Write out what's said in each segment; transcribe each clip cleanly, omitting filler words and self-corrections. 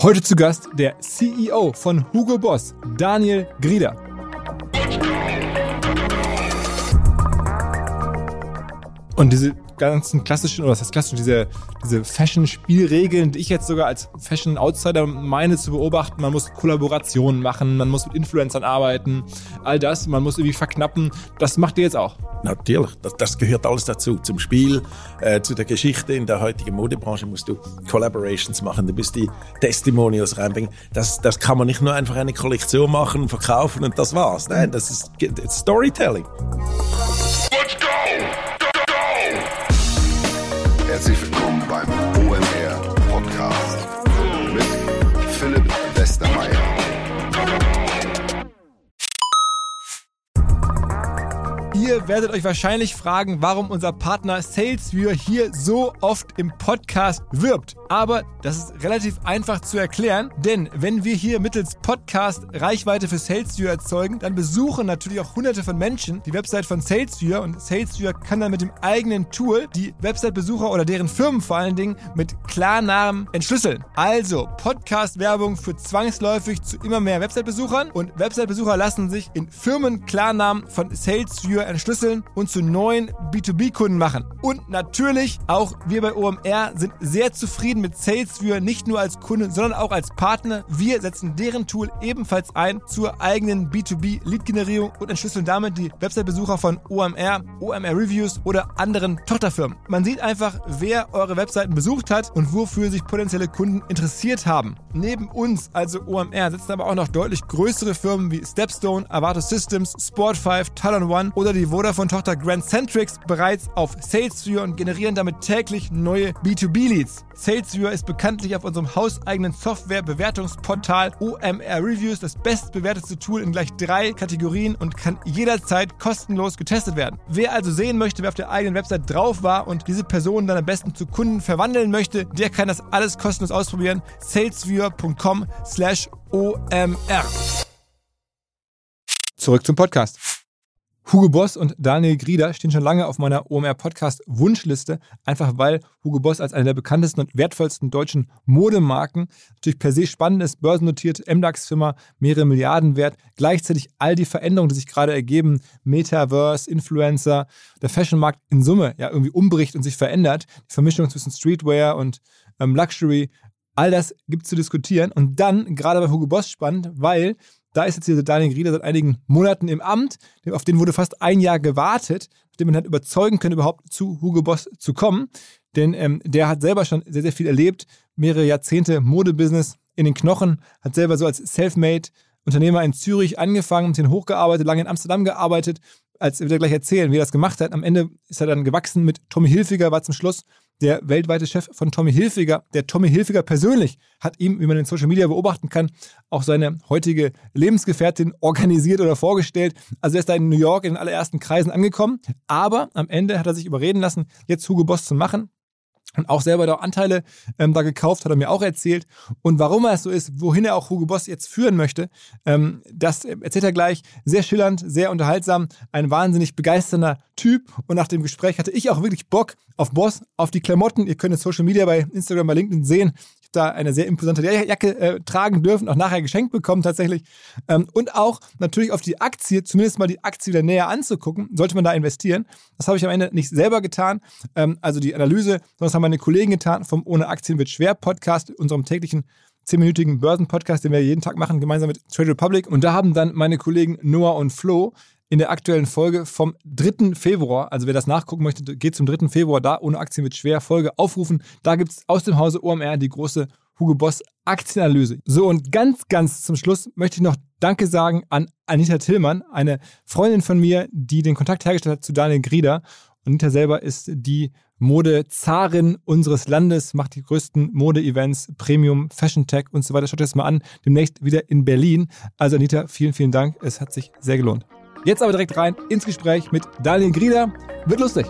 Heute zu Gast der CEO von Hugo Boss, Daniel Grieder. Und diese ganzen klassischen, oder was heißt klassisch, diese Fashion-Spielregeln, die ich jetzt sogar als Fashion-Outsider meine zu beobachten, man muss Kollaborationen machen, man muss mit Influencern arbeiten, all das, man muss irgendwie verknappen, das macht ihr jetzt auch. Natürlich, das gehört alles dazu, zum Spiel, zu der Geschichte. In der heutigen Modebranche musst du Collaborations machen, du musst die Testimonials reinbringen. Das kann man nicht nur einfach eine Kollektion machen, verkaufen und das war's. Nein, das ist Storytelling. Let's go! Herzlich willkommen beim OMR Podcast mit Philipp Westermeier. Ihr werdet euch wahrscheinlich fragen, warum unser Partner SalesViewer hier so oft im Podcast wirbt. Aber das ist relativ einfach zu erklären, denn wenn wir hier mittels Podcast Reichweite für SalesViewer erzeugen, dann besuchen natürlich auch hunderte von Menschen die Website von SalesViewer und SalesViewer kann dann mit dem eigenen Tool die Website-Besucher oder deren Firmen vor allen Dingen mit Klarnamen entschlüsseln. Also Podcast-Werbung führt zwangsläufig zu immer mehr Website-Besuchern und Website-Besucher lassen sich in Firmen-Klarnamen von SalesViewer entschlüsseln und zu neuen B2B-Kunden machen. Und natürlich, auch wir bei OMR sind sehr zufrieden mit SalesViewer, nicht nur als Kunde, sondern auch als Partner. Wir setzen deren Tool ebenfalls ein zur eigenen B2B-Lead-Generierung und entschlüsseln damit die Website-Besucher von OMR, OMR Reviews oder anderen Tochterfirmen. Man sieht einfach, wer eure Webseiten besucht hat und wofür sich potenzielle Kunden interessiert haben. Neben uns, also OMR, setzen aber auch noch deutlich größere Firmen wie Stepstone, Avato Systems, Sport5, Talon One oder die Vodafone-Tochter Grandcentrix bereits auf SalesViewer und generieren damit täglich neue B2B-Leads. SalesViewer ist bekanntlich auf unserem hauseigenen Software-Bewertungsportal OMR Reviews das bestbewertete Tool in gleich 3 Kategorien und kann jederzeit kostenlos getestet werden. Wer also sehen möchte, wer auf der eigenen Website drauf war und diese Person dann am besten zu Kunden verwandeln möchte, der kann das alles kostenlos ausprobieren. salesviewer.com/OMR. Zurück zum Podcast. Hugo Boss und Daniel Grieder stehen schon lange auf meiner OMR-Podcast-Wunschliste, einfach weil Hugo Boss als eine der bekanntesten und wertvollsten deutschen Modemarken natürlich per se spannend ist, börsennotiert, MDAX-Firma, mehrere Milliarden wert, gleichzeitig all die Veränderungen, die sich gerade ergeben, Metaverse, Influencer, der Fashionmarkt in Summe ja irgendwie umbricht und sich verändert, die Vermischung zwischen Streetwear und Luxury, all das gibt es zu diskutieren und dann gerade bei Hugo Boss spannend, weil da ist jetzt hier Daniel Grieder seit einigen Monaten im Amt. Auf den wurde fast ein Jahr gewartet, auf den man hat überzeugen können, überhaupt zu Hugo Boss zu kommen. Denn der hat selber schon sehr, sehr viel erlebt. Mehrere Jahrzehnte Modebusiness in den Knochen. Hat selber so als Selfmade Unternehmer in Zürich angefangen, mit denen hochgearbeitet, lange in Amsterdam gearbeitet. Als wird er gleich erzählen, wie er das gemacht hat. Am Ende ist er dann gewachsen mit Tommy Hilfiger, war zum Schluss der weltweite Chef von Tommy Hilfiger. Der Tommy Hilfiger persönlich hat ihm, wie man in Social Media beobachten kann, auch seine heutige Lebensgefährtin organisiert oder vorgestellt. Also er ist da in New York in den allerersten Kreisen angekommen. Aber am Ende hat er sich überreden lassen, jetzt Hugo Boss zu machen. Und auch selber da Anteile da gekauft, hat er mir auch erzählt. Und warum er es so ist, wohin er auch Hugo Boss jetzt führen möchte, das erzählt er gleich. Sehr schillernd, sehr unterhaltsam, ein wahnsinnig begeisternder Typ. Und nach dem Gespräch hatte ich auch wirklich Bock auf Boss, auf die Klamotten. Ihr könnt es Social Media bei Instagram, bei LinkedIn sehen. Ich habe da eine sehr imposante Jacke tragen dürfen, auch nachher geschenkt bekommen tatsächlich. Und auch natürlich auf die Aktie, zumindest mal die Aktie wieder näher anzugucken, sollte man da investieren. Das habe ich am Ende nicht selber getan. Also die Analyse, sondern das haben meine Kollegen getan vom Ohne Aktien wird schwer Podcast, unserem täglichen 10-minütigen Börsenpodcast, den wir jeden Tag machen, gemeinsam mit Trade Republic. Und da haben dann meine Kollegen Noah und Flo in der aktuellen Folge vom 3. Februar, also wer das nachgucken möchte, geht zum 3. Februar, da Ohne Aktien wird schwer Folge aufrufen. Da gibt es aus dem Hause OMR die große Hugo Boss Aktienanalyse. So, und ganz zum Schluss möchte ich noch Danke sagen an Anita Tillmann, eine Freundin von mir, die den Kontakt hergestellt hat zu Daniel Grieder. Anita selber ist die Modezarin unseres Landes, macht die größten Mode-Events, Premium, Fashion Tech und so weiter. Schaut euch das mal an, demnächst wieder in Berlin. Also Anita, vielen Dank, es hat sich sehr gelohnt. Jetzt aber direkt rein ins Gespräch mit Daniel Grieder. Wird lustig.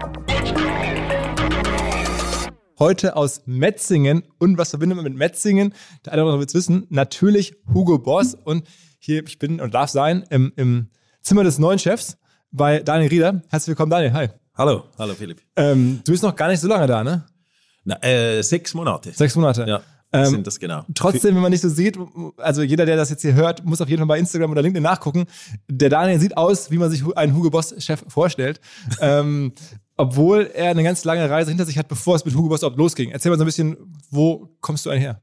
Heute aus Metzingen. Und was verbindet man mit Metzingen? Der eine oder andere wird es wissen. Natürlich Hugo Boss. Und hier, ich bin und darf sein im Zimmer des neuen Chefs bei Daniel Grieder. Herzlich willkommen, Daniel. Hi. Hallo Philipp. Du bist noch gar nicht so lange da, ne? 6 Monate. 6 Monate? Ja. sind das genau. Trotzdem, wenn man nicht so sieht, also jeder, der das jetzt hier hört, muss auf jeden Fall bei Instagram oder LinkedIn nachgucken. Der Daniel sieht aus, wie man sich einen Hugo Boss-Chef vorstellt. Obwohl er eine ganz lange Reise hinter sich hat, bevor es mit Hugo Boss überhaupt losging. Erzähl mal so ein bisschen, wo kommst du her?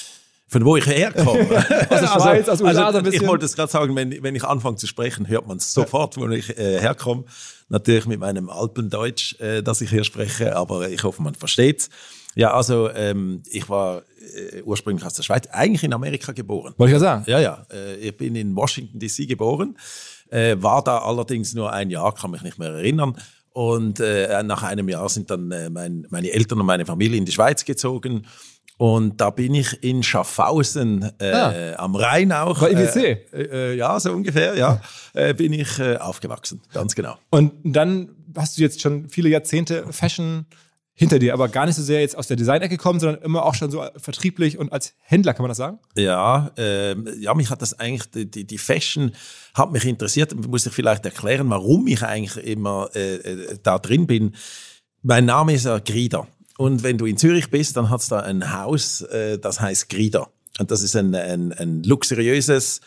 Von wo ich herkomme? Aus der Schweiz, aus USA so ein bisschen. Ich wollte es gerade sagen, wenn ich anfange zu sprechen, hört man es sofort, wo ich herkomme. Natürlich mit meinem Alpendeutsch, das ich hier spreche, aber ich hoffe, man versteht es. Ja, also ich war ursprünglich aus der Schweiz, eigentlich in Amerika geboren. Wollte ich ja sagen. Ja. Ich bin in Washington D.C. geboren, war da allerdings nur ein Jahr, kann mich nicht mehr erinnern. Und nach einem Jahr sind dann meine Eltern und meine Familie in die Schweiz gezogen. Und da bin ich in Schaffhausen am Rhein auch. Bei IWC? Ja, so ungefähr, ja. Bin ich aufgewachsen, ganz genau. Und dann hast du jetzt schon viele Jahrzehnte Fashion hinter dir, aber gar nicht so sehr jetzt aus der Design-Ecke gekommen, sondern immer auch schon so vertrieblich und als Händler, kann man das sagen? Ja, mich hat das eigentlich, die Fashion hat mich interessiert. Muss ich vielleicht erklären, warum ich eigentlich immer da drin bin. Mein Name ist Grieder. Und wenn du in Zürich bist, dann hat's da ein Haus, das heißt Grieder. Und das ist ein luxuriöses,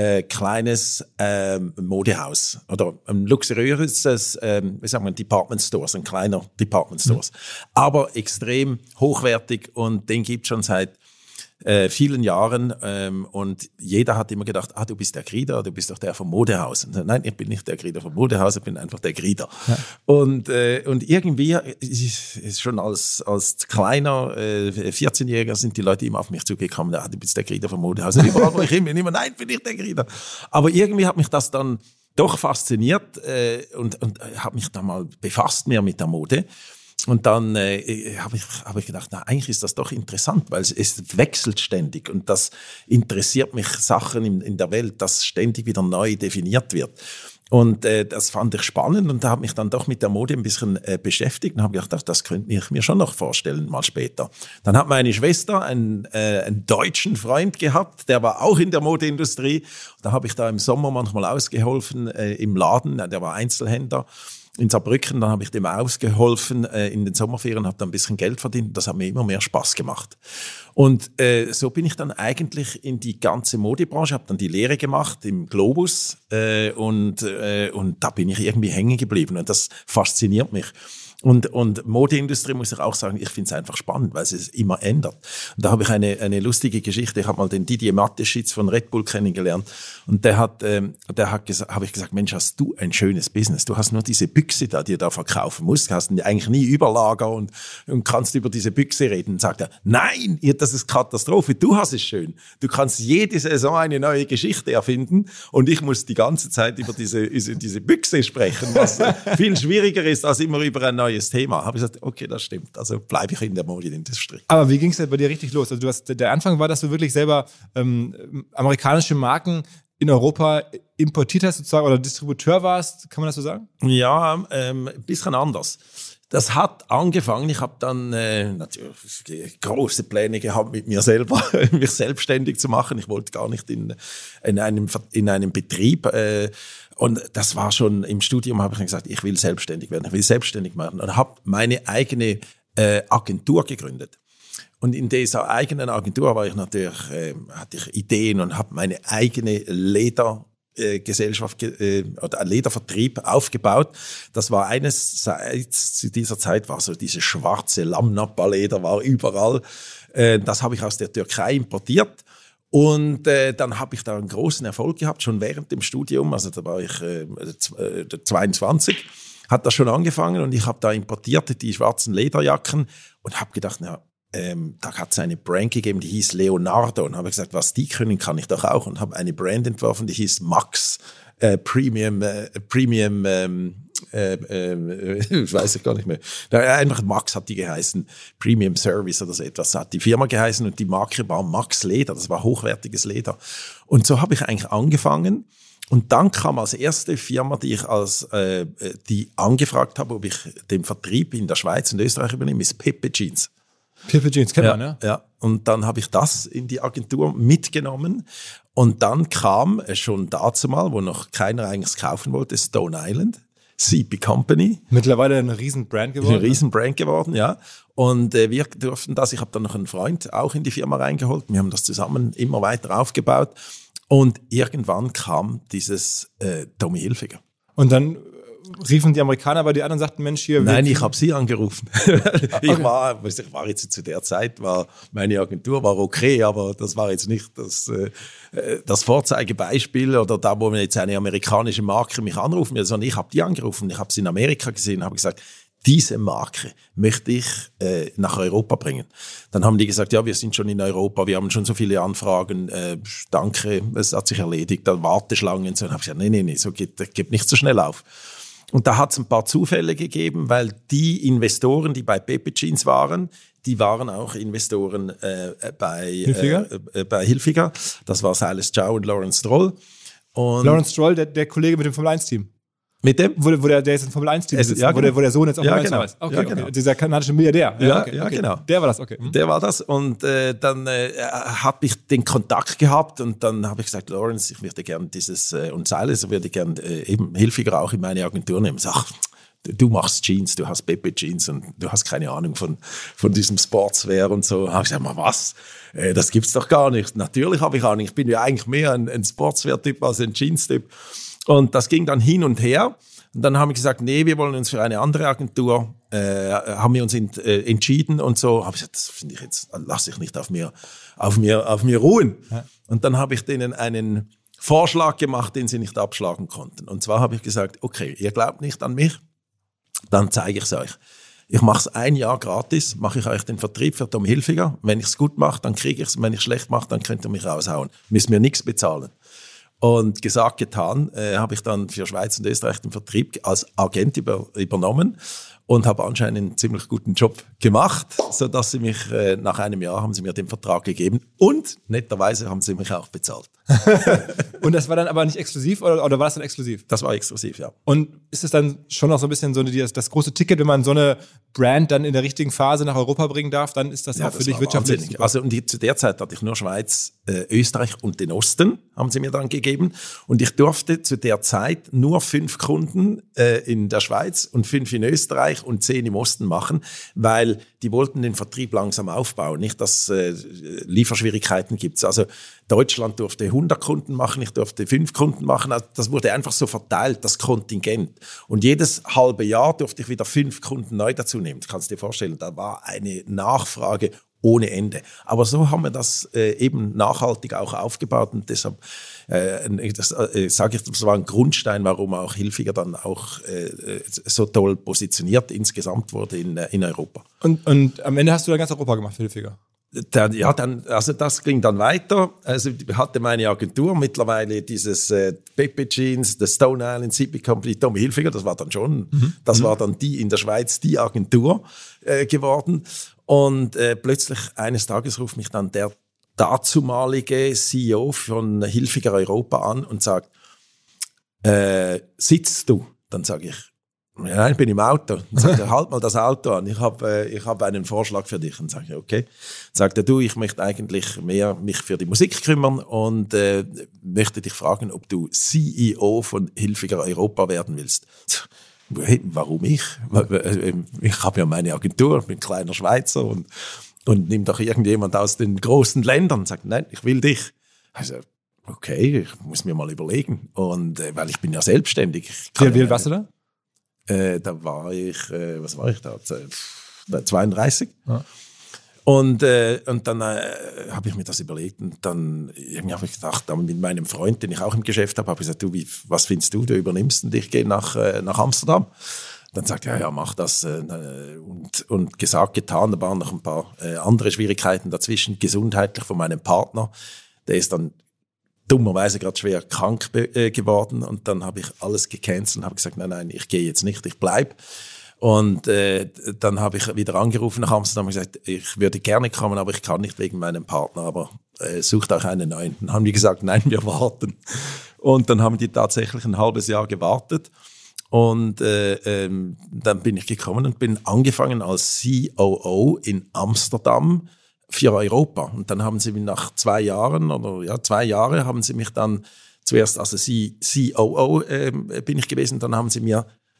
kleines Modehaus. Oder ein luxuriöses, wie sagen wir, Department Stores, ein kleiner Department Stores. Aber extrem hochwertig und den gibt's schon seit vielen Jahren und jeder hat immer gedacht, du bist der Grieder, du bist doch der vom Modehaus. Und nein, ich bin nicht der Grieder vom Modehaus, ich bin einfach der Grieder. Ja. Und irgendwie ist schon als kleiner 14-Jähriger sind die Leute immer auf mich zugekommen, du bist der Grieder vom Modehaus. Und überall, wo ich hin bin, immer, nein, bin ich der Grieder. Aber irgendwie hat mich das dann doch fasziniert und habe mich dann mal befasst mehr mit der Mode. Und dann habe ich gedacht, eigentlich ist das doch interessant, weil es wechselt ständig und das interessiert mich Sachen in der Welt, das ständig wieder neu definiert wird. Und das fand ich spannend und da habe mich dann doch mit der Mode ein bisschen beschäftigt und habe gedacht, das könnte ich mir schon noch vorstellen, mal später. Dann hat meine Schwester einen deutschen Freund gehabt, der war auch in der Modeindustrie. Da habe ich da im Sommer manchmal ausgeholfen im Laden, der war Einzelhändler. In Saarbrücken, dann habe ich dem ausgeholfen in den Sommerferien, habe dann ein bisschen Geld verdient. Das hat mir immer mehr Spaß gemacht. Und so bin ich dann eigentlich in die ganze Modebranche, habe dann die Lehre gemacht im Globus und da bin ich irgendwie hängen geblieben und das fasziniert mich. Und Modeindustrie, muss ich auch sagen, ich finde es einfach spannend, weil es sich immer ändert. Und da habe ich eine lustige Geschichte. Ich habe mal den Didier Mateschitz von Red Bull kennengelernt. Und habe ich gesagt, Mensch, hast du ein schönes Business. Du hast nur diese Büchse da, die du da verkaufen musst. Du hast eigentlich nie Überlager und kannst über diese Büchse reden. Und sagt er, nein, das ist Katastrophe. Du hast es schön. Du kannst jede Saison eine neue Geschichte erfinden. Und ich muss die ganze Zeit über diese Büchse sprechen, was viel schwieriger ist, als immer über ein neues Thema. Habe ich gesagt, okay, das stimmt. Also bleibe ich in der Modeindustrie. Aber wie ging es denn bei dir richtig los? Also der Anfang war, dass du wirklich selber amerikanische Marken in Europa importiert hast sozusagen oder Distributeur warst, kann man das so sagen? Ja, ein bisschen anders. Das hat angefangen, ich habe dann natürlich große Pläne gehabt mit mir selber, mich selbstständig zu machen. Ich wollte gar nicht in einem Betrieb und das war schon im Studium, habe ich gesagt, ich will selbstständig werden, ich will selbstständig machen und habe meine eigene Agentur gegründet. Und in dieser eigenen Agentur war ich natürlich, hatte ich Ideen und habe meine eigene Ledergesellschaft oder Ledervertrieb aufgebaut. Das war einerseits zu dieser Zeit war so diese schwarze Lamnapa-Leder war überall. Das habe ich aus der Türkei importiert. Und dann habe ich da einen großen Erfolg gehabt, schon während dem Studium, also da war ich 22, hat das schon angefangen und ich habe da importiert die schwarzen Lederjacken und habe gedacht, da hat es eine Brand gegeben, die hieß Leonardo und habe gesagt, was die können, kann ich doch auch und habe eine Brand entworfen, die hieß Max Premium, ich weiß es gar nicht mehr. Einfach Max hat die geheißen, Premium Service oder so etwas hat die Firma geheißen und die Marke war Max Leder, das war hochwertiges Leder. Und so habe ich eigentlich angefangen. Und dann kam als erste Firma, die ich die angefragt habe, ob ich den Vertrieb in der Schweiz und Österreich übernehme, ist Pepe Jeans. Pepe Jeans, kennt man, ja? Ja, und dann habe ich das in die Agentur mitgenommen. Und dann kam schon dazu mal, wo noch keiner eigentlich kaufen wollte, Stone Island. CP Company. Mittlerweile eine riesen Brand geworden. Eine riesen Brand geworden, ja. Und wir durften das, ich habe dann noch einen Freund auch in die Firma reingeholt. Wir haben das zusammen immer weiter aufgebaut. Und irgendwann kam dieses Tommy Hilfiger. Und dann riefen die Amerikaner bei dir an und sagten, Mensch, hier... Nein, ich habe sie angerufen. Ich war jetzt zu der Zeit, meine Agentur war okay, aber das war jetzt nicht das Vorzeigebeispiel oder da, wo jetzt eine amerikanische Marke mich anrufen will, sondern ich habe die angerufen, ich habe sie in Amerika gesehen, habe gesagt, diese Marke möchte ich nach Europa bringen. Dann haben die gesagt, ja, wir sind schon in Europa, wir haben schon so viele Anfragen, danke, es hat sich erledigt, da Warteschlangen und so. Dann habe ich gesagt, nee, so geht nicht so schnell auf. Und da hat es ein paar Zufälle gegeben, weil die Investoren, die bei Pepe Jeans waren, die waren auch Investoren bei Hilfiger. Das war Silas Chow und Lawrence Stroll. Und Lawrence Stroll, der Kollege mit dem Formel-1-Team. Mit dem? Wo der jetzt im Formel-1-Team sitzt, ja, genau. wo der Sohn jetzt auch ja, Formel-1 genau. ist. Okay, ja, genau. Okay. Dieser kanadische Milliardär. Ja, okay. genau. Der war das, okay. Der war das und dann habe ich den Kontakt gehabt und dann habe ich gesagt, Lawrence, ich würde gerne dieses, und Silas würde gerne eben Hilfiger auch in meine Agentur nehmen. Sag, du machst Jeans, du hast Pepe Jeans und du hast keine Ahnung von diesem Sportswear und so. Habe ich gesagt, was? Das gibt's doch gar nicht. Natürlich habe ich Ahnung. Ich bin ja eigentlich mehr ein Sportswear-Typ als ein Jeans-Typ. Und das ging dann hin und her. Und dann haben wir gesagt, nee, wir wollen uns für eine andere Agentur, haben wir uns entschieden und so. Habe ich gesagt, das finde ich jetzt, lasse ich nicht auf mir ruhen. Ja. Und dann habe ich denen einen Vorschlag gemacht, den sie nicht abschlagen konnten. Und zwar habe ich gesagt, okay, ihr glaubt nicht an mich, dann zeige ich es euch. Ich mache es 1 Jahr gratis, mache ich euch den Vertrieb für Tommy Hilfiger. Wenn ich es gut mache, dann kriege ich es. Wenn ich es schlecht mache, dann könnt ihr mich raushauen. Müsst mir nichts bezahlen. Und gesagt, getan, habe ich dann für Schweiz und Österreich den Vertrieb als Agent übernommen und habe anscheinend einen ziemlich guten Job gemacht, sodass sie mich nach 1 Jahr haben sie mir den Vertrag gegeben und netterweise haben sie mich auch bezahlt. Und das war dann aber nicht exklusiv oder war das dann exklusiv? Das war exklusiv, ja. Und ist es dann schon noch so ein bisschen so das große Ticket, wenn man so eine Brand dann in der richtigen Phase nach Europa bringen darf, dann ist das auch für dich wirtschaftlich? Also zu der Zeit hatte ich nur Schweiz, Österreich und den Osten, haben sie mir dann gegeben. Und ich durfte zu der Zeit nur 5 Kunden in der Schweiz und 5 in Österreich und 10 im Osten machen, weil die wollten den Vertrieb langsam aufbauen, nicht dass Lieferschwierigkeiten gibt. Also Deutschland durfte 100 Kunden machen, ich durfte 5 Kunden machen. Also das wurde einfach so verteilt, das Kontingent. Und jedes halbe Jahr durfte ich wieder 5 Kunden neu dazu nehmen. Das kannst du dir vorstellen, da war eine Nachfrage ohne Ende. Aber so haben wir das eben nachhaltig auch aufgebaut und deshalb sage ich, das war ein Grundstein, warum auch Hilfiger dann auch so toll positioniert insgesamt wurde in Europa. Und am Ende hast du dann ganz Europa gemacht für Hilfiger? Also das ging dann weiter. Also ich hatte meine Agentur, mittlerweile dieses Pepe Jeans, The Stone Island CP Company, Tommy Hilfiger, das war dann schon, war dann die in der Schweiz, die Agentur geworden. Und plötzlich eines Tages ruft mich dann der dazumalige CEO von Hilfiger Europa an und sagt, sitzt du? Dann sage ich, nein, ich bin im Auto. Dann sagt er, halt mal das Auto an, ich hab einen Vorschlag für dich. Dann sage ich, okay. Dann sagt er, du, ich möchte eigentlich mehr mich für die Musik kümmern und möchte dich fragen, ob du CEO von Hilfiger Europa werden willst. Hey, warum ich? Ich habe ja meine Agentur, bin ein kleiner Schweizer und nimm doch irgendjemand aus den großen Ländern und sagt, nein, ich will dich. Also, okay, ich muss mir mal überlegen. Und weil ich bin ja selbstständig. Wie alt warst du da? Da war ich, was war ich da? 32. Ja. Und dann habe ich mir das überlegt und dann irgendwie habe ich gedacht, mit meinem Freund, den ich auch im Geschäft habe, habe ich gesagt, du, was findest du übernimmst und ich gehe nach Amsterdam. Dann sagt er, ja, mach das. Und gesagt, getan, da waren noch ein paar andere Schwierigkeiten dazwischen, gesundheitlich von meinem Partner. Der ist dann dummerweise gerade schwer krank geworden und dann habe ich alles gecancelt und habe gesagt, nein, ich gehe jetzt nicht, ich bleibe. Und dann habe ich wieder angerufen nach Amsterdam und gesagt, ich würde gerne kommen, aber ich kann nicht wegen meinem Partner, aber sucht auch einen neuen. Dann haben die gesagt, nein, wir warten. Und dann haben die tatsächlich ein halbes Jahr gewartet. Und dann bin ich gekommen und bin angefangen als COO in Amsterdam für Europa. Und dann haben sie mich nach 2 Jahren, 2 Jahre haben sie mich dann zuerst, also COO bin ich gewesen, dann haben sie mir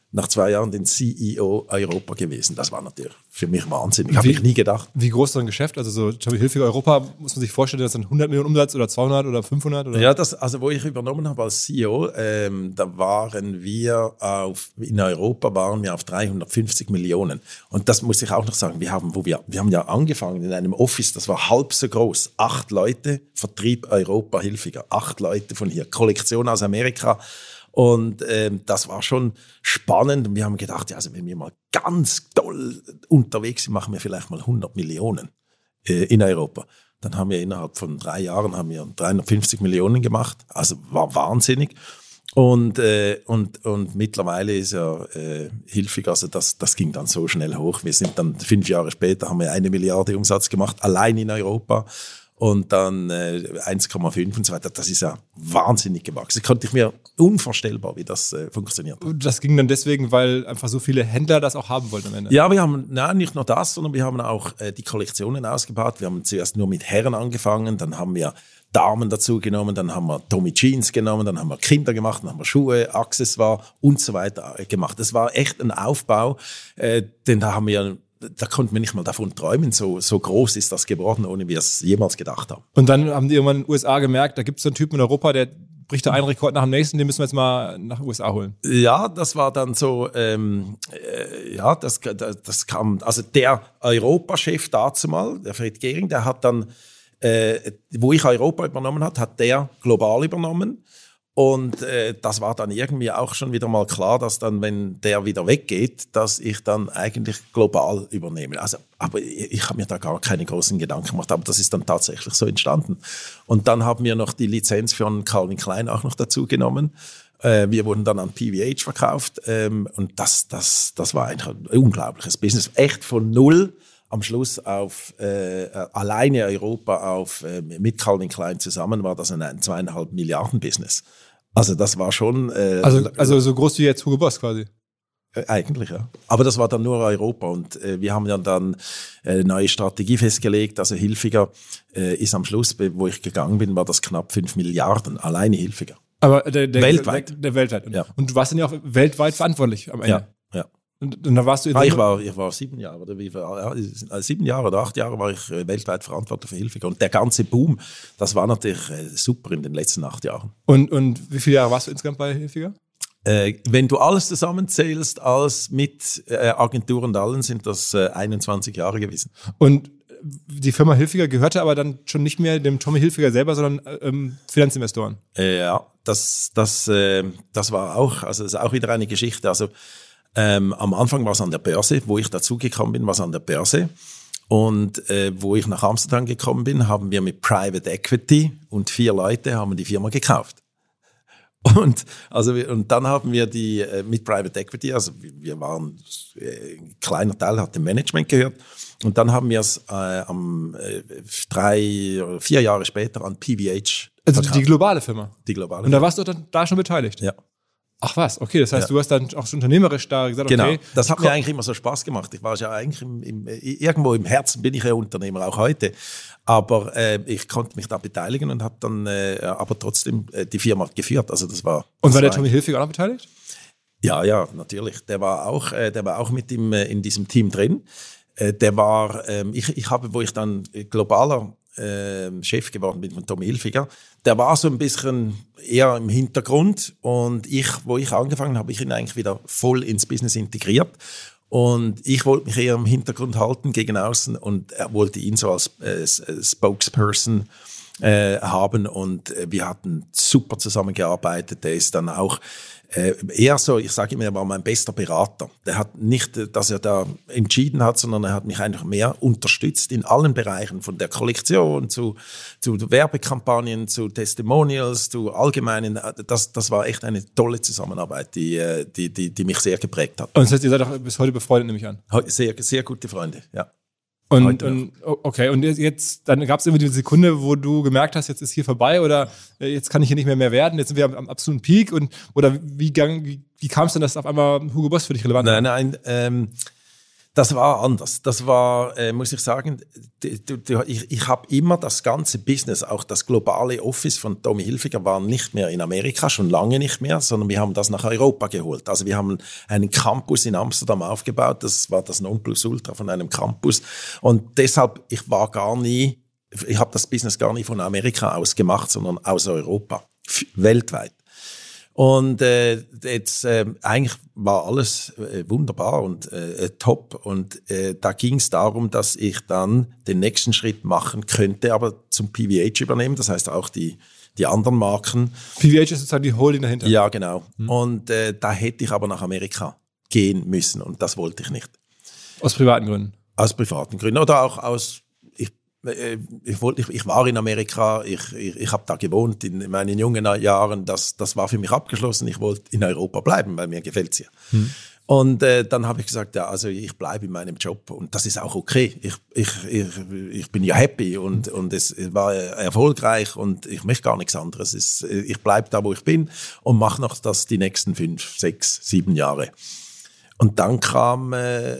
nach 2 Jahren den CEO Europa gewesen. Das war natürlich für mich Wahnsinn. Habe ich nie gedacht. Wie groß ist so ein Geschäft? Also so Tommy Hilfiger Europa, muss man sich vorstellen, das sind 100 Millionen Umsatz oder 200 oder 500? Oder? Ja, also wo ich übernommen habe als CEO, da waren wir in Europa waren wir auf 350 Millionen. Und das muss ich auch noch sagen, wir haben ja angefangen in einem Office, das war halb so groß. 8 Leute, Vertrieb Europa Hilfiger. 8 Leute von hier, Kollektion aus Amerika. Und das war schon spannend. Und wir haben gedacht, ja, also wenn wir mal ganz toll unterwegs sind, machen wir vielleicht mal 100 Millionen in Europa. Dann haben wir innerhalb von 3 Jahren 350 Millionen gemacht. Also war wahnsinnig. Und mittlerweile ist ja Hilfiger, also das ging dann so schnell hoch. Wir sind dann 5 Jahre später, haben wir 1 Milliarde Umsatz gemacht, allein in Europa. Und dann 1,5 und so weiter. Das ist ja wahnsinnig gewachsen. Das konnte ich mir unvorstellbar, wie das funktioniert. Und das ging dann deswegen, weil einfach so viele Händler das auch haben wollten am Ende? Ja, wir haben nicht nur das, sondern wir haben auch die Kollektionen ausgebaut. Wir haben zuerst nur mit Herren angefangen, dann haben wir Damen dazu genommen, dann haben wir Tommy Jeans genommen, dann haben wir Kinder gemacht, dann haben wir Schuhe, Accessoires und so weiter gemacht. Das war echt ein Aufbau, denn da konnten wir nicht mal davon träumen, so groß ist das geworden, ohne wir es jemals gedacht haben. Und dann haben die irgendwann in den USA gemerkt, da gibt es so einen Typen in Europa, der bricht da einen Rekord nach dem nächsten, den müssen wir jetzt mal nach den USA holen. Ja, das war dann so, das kam, also der Europachef dazu mal, der Fred Gehring, der hat dann, wo ich Europa übernommen hat der global übernommen. Und das war dann irgendwie auch schon wieder mal klar, dass dann, wenn der wieder weggeht, dass ich dann eigentlich global übernehme. Also, aber ich habe mir da gar keine großen Gedanken gemacht, aber das ist dann tatsächlich so entstanden. Und dann haben wir noch die Lizenz von Calvin Klein auch noch dazu genommen. Wir wurden dann an PVH verkauft und das war eigentlich ein unglaubliches Business. Echt von null am Schluss auf alleine Europa mit Calvin Klein zusammen war das ein 2,5 Milliarden Business. Also das war schon... Also so groß wie jetzt Hugo Boss quasi? Eigentlich, ja. Aber das war dann nur Europa und wir haben ja dann eine neue Strategie festgelegt. Also Hilfiger ist am Schluss, wo ich gegangen bin, war das knapp 5 Milliarden, alleine Hilfiger. Aber weltweit? Weltweit. Ja. Und du warst dann ja auch weltweit verantwortlich am Ende? Ja. Und da warst du... Ich war 7 Jahre, 7 Jahre oder 8 Jahre war ich weltweit verantwortlich für Hilfiger. Und der ganze Boom, das war natürlich super in den letzten 8 Jahren. Und wie viele Jahre warst du insgesamt bei Hilfiger? Wenn du alles zusammenzählst, alles mit Agentur und allen, sind das 21 Jahre gewesen. Und die Firma Hilfiger gehörte aber dann schon nicht mehr dem Tommy Hilfiger selber, sondern Finanzinvestoren? Ja, das war auch, also das ist auch wieder eine Geschichte. Also am Anfang war es an der Börse, wo ich dazugekommen bin, war es an der Börse. Und wo ich nach Amsterdam gekommen bin, haben wir mit Private Equity und 4 Leute haben die Firma gekauft. Und dann haben wir die mit Private Equity, also wir waren, ein kleiner Teil hat dem Management gehört. Und dann haben wir es 3 oder 4 Jahre später an PVH Also verkauft. die globale Firma? Die globale Und da warst du dann da schon beteiligt? Ja. Ach was, okay, das heißt, du hast dann auch schon unternehmerisch da gesagt, genau. Okay. Das hat mir eigentlich immer so Spaß gemacht. Ich war ja eigentlich irgendwo im Herzen bin ich ja Unternehmer, auch heute. Aber ich konnte mich da beteiligen und habe dann aber trotzdem die Firma geführt. Also das war. Und war der Tommy Hilfiger auch noch beteiligt? Ja, natürlich. Der war auch mit in diesem Team drin. Ich habe, wo ich dann globaler Chef geworden bin von Tommy Hilfiger, der war so ein bisschen eher im Hintergrund und wo ich angefangen habe, ich ihn eigentlich wieder voll ins Business integriert und ich wollte mich eher im Hintergrund halten gegen außen und er wollte ihn so als Spokesperson haben und wir hatten super zusammengearbeitet. Der ist dann auch eher so, ich sage immer, er war mein bester Berater. Der hat nicht, dass er da entschieden hat, sondern er hat mich einfach mehr unterstützt in allen Bereichen, von der Kollektion zu Werbekampagnen, zu Testimonials, zu allgemeinen. Das war echt eine tolle Zusammenarbeit, die mich sehr geprägt hat. Und das heißt, ihr seid auch bis heute befreundet, nehme ich an? Sehr, sehr gute Freunde, ja. Und jetzt, dann gab es irgendwie die Sekunde, wo du gemerkt hast, jetzt ist hier vorbei oder jetzt kann ich hier nicht mehr werden, jetzt sind wir am absoluten Peak oder wie kam es denn, dass auf einmal Hugo Boss für dich relevant war? Nein, Das war anders. Das war, muss ich sagen, ich habe immer das ganze Business, auch das globale Office von Tommy Hilfiger war nicht mehr in Amerika, schon lange nicht mehr, sondern wir haben das nach Europa geholt. Also wir haben einen Campus in Amsterdam aufgebaut, das war das Nonplusultra von einem Campus. Und deshalb, ich habe das Business gar nicht von Amerika aus gemacht, sondern aus Europa, weltweit. Und jetzt eigentlich war alles wunderbar und top. Und da ging es darum, dass ich dann den nächsten Schritt machen könnte, aber zum PVH übernehmen. Das heißt auch die anderen Marken. PVH ist sozusagen die Holding dahinter. Ja, genau. Und da hätte ich aber nach Amerika gehen müssen und das wollte ich nicht. Aus privaten Gründen? Aus privaten Gründen oder auch aus... Ich war in Amerika, ich habe da gewohnt in meinen jungen Jahren, das war für mich abgeschlossen, ich wollte in Europa bleiben, weil mir gefällt's hier. Und dann habe ich gesagt, ja, also ich bleibe in meinem Job und das ist auch okay. Ich bin ja happy und es war erfolgreich und ich möchte gar nichts anderes. Ich bleibe da, wo ich bin und mache noch das die nächsten 5, 6, 7 Jahre. Und dann kam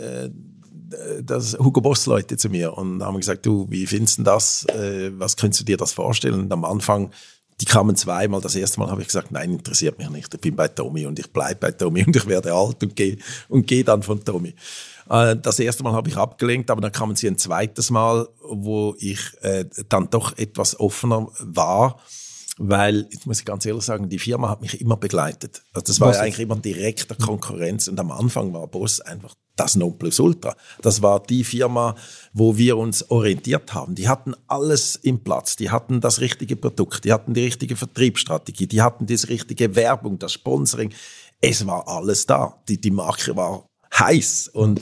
das Hugo Boss Leute zu mir und haben gesagt, du, wie findest du das? Was könntest du dir das vorstellen? Und am Anfang, die kamen zweimal. Das erste Mal habe ich gesagt, nein, interessiert mich nicht. Ich bin bei Tommy und ich bleibe bei Tommy und ich werde alt und gehe dann von Tommy. Das erste Mal habe ich abgelehnt, aber dann kamen sie ein zweites Mal, wo ich dann doch etwas offener war. Weil, jetzt muss ich ganz ehrlich sagen, die Firma hat mich immer begleitet. Also das war ja eigentlich immer direkter Konkurrenz. Und am Anfang war Boss einfach das Nonplusultra. Das war die Firma, wo wir uns orientiert haben. Die hatten alles im Platz. Die hatten das richtige Produkt. Die hatten die richtige Vertriebsstrategie. Die hatten die richtige Werbung, das Sponsoring. Es war alles da. Die Marke war heiß und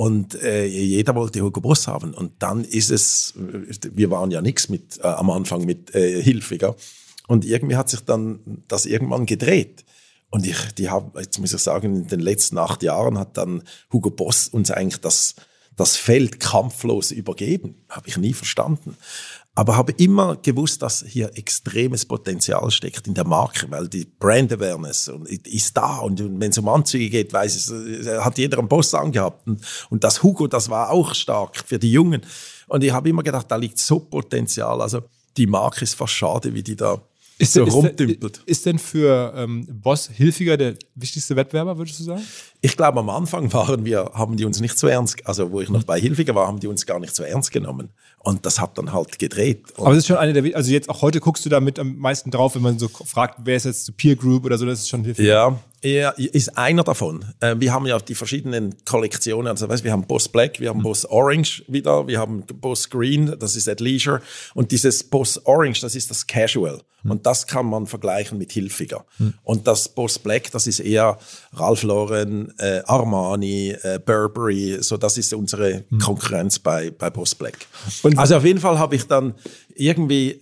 jeder wollte Hugo Boss haben. Und dann ist es, wir waren ja nichts am Anfang mit Hilfiger. Und irgendwie hat sich dann das irgendwann gedreht. Und jetzt muss ich sagen, in den letzten 8 Jahren hat dann Hugo Boss uns eigentlich das Feld kampflos übergeben. Habe ich nie verstanden. Aber habe immer gewusst, dass hier extremes Potenzial steckt in der Marke, weil die Brand Awareness ist da. Und wenn es um Anzüge geht, hat jeder einen Boss angehabt. Und das Hugo, das war auch stark für die Jungen. Und ich habe immer gedacht, da liegt so Potenzial. Also die Marke ist fast schade, wie die da rumdümpelt. Ist denn für Boss Hilfiger der wichtigste Wettbewerber, würdest du sagen? Ich glaube, am Anfang haben die uns nicht so ernst, also wo ich noch bei Hilfiger war, haben die uns gar nicht so ernst genommen. Und das hat dann halt gedreht. Aber es ist schon also jetzt auch heute guckst du da mit am meisten drauf, wenn man so fragt, wer ist jetzt die Peer Group oder so, das ist schon Hilfiger. Ja, er ist einer davon. Wir haben ja die verschiedenen Kollektionen, also wir haben Boss Black, wir haben Boss Orange wieder, wir haben Boss Green, das ist Athleisure und dieses Boss Orange, das ist das Casual. Und das kann man vergleichen mit Hilfiger. Und das Boss Black, das ist eher Ralph Lauren, Armani, Burberry, so das ist unsere Konkurrenz bei Boss Black. Und also auf jeden Fall habe ich dann irgendwie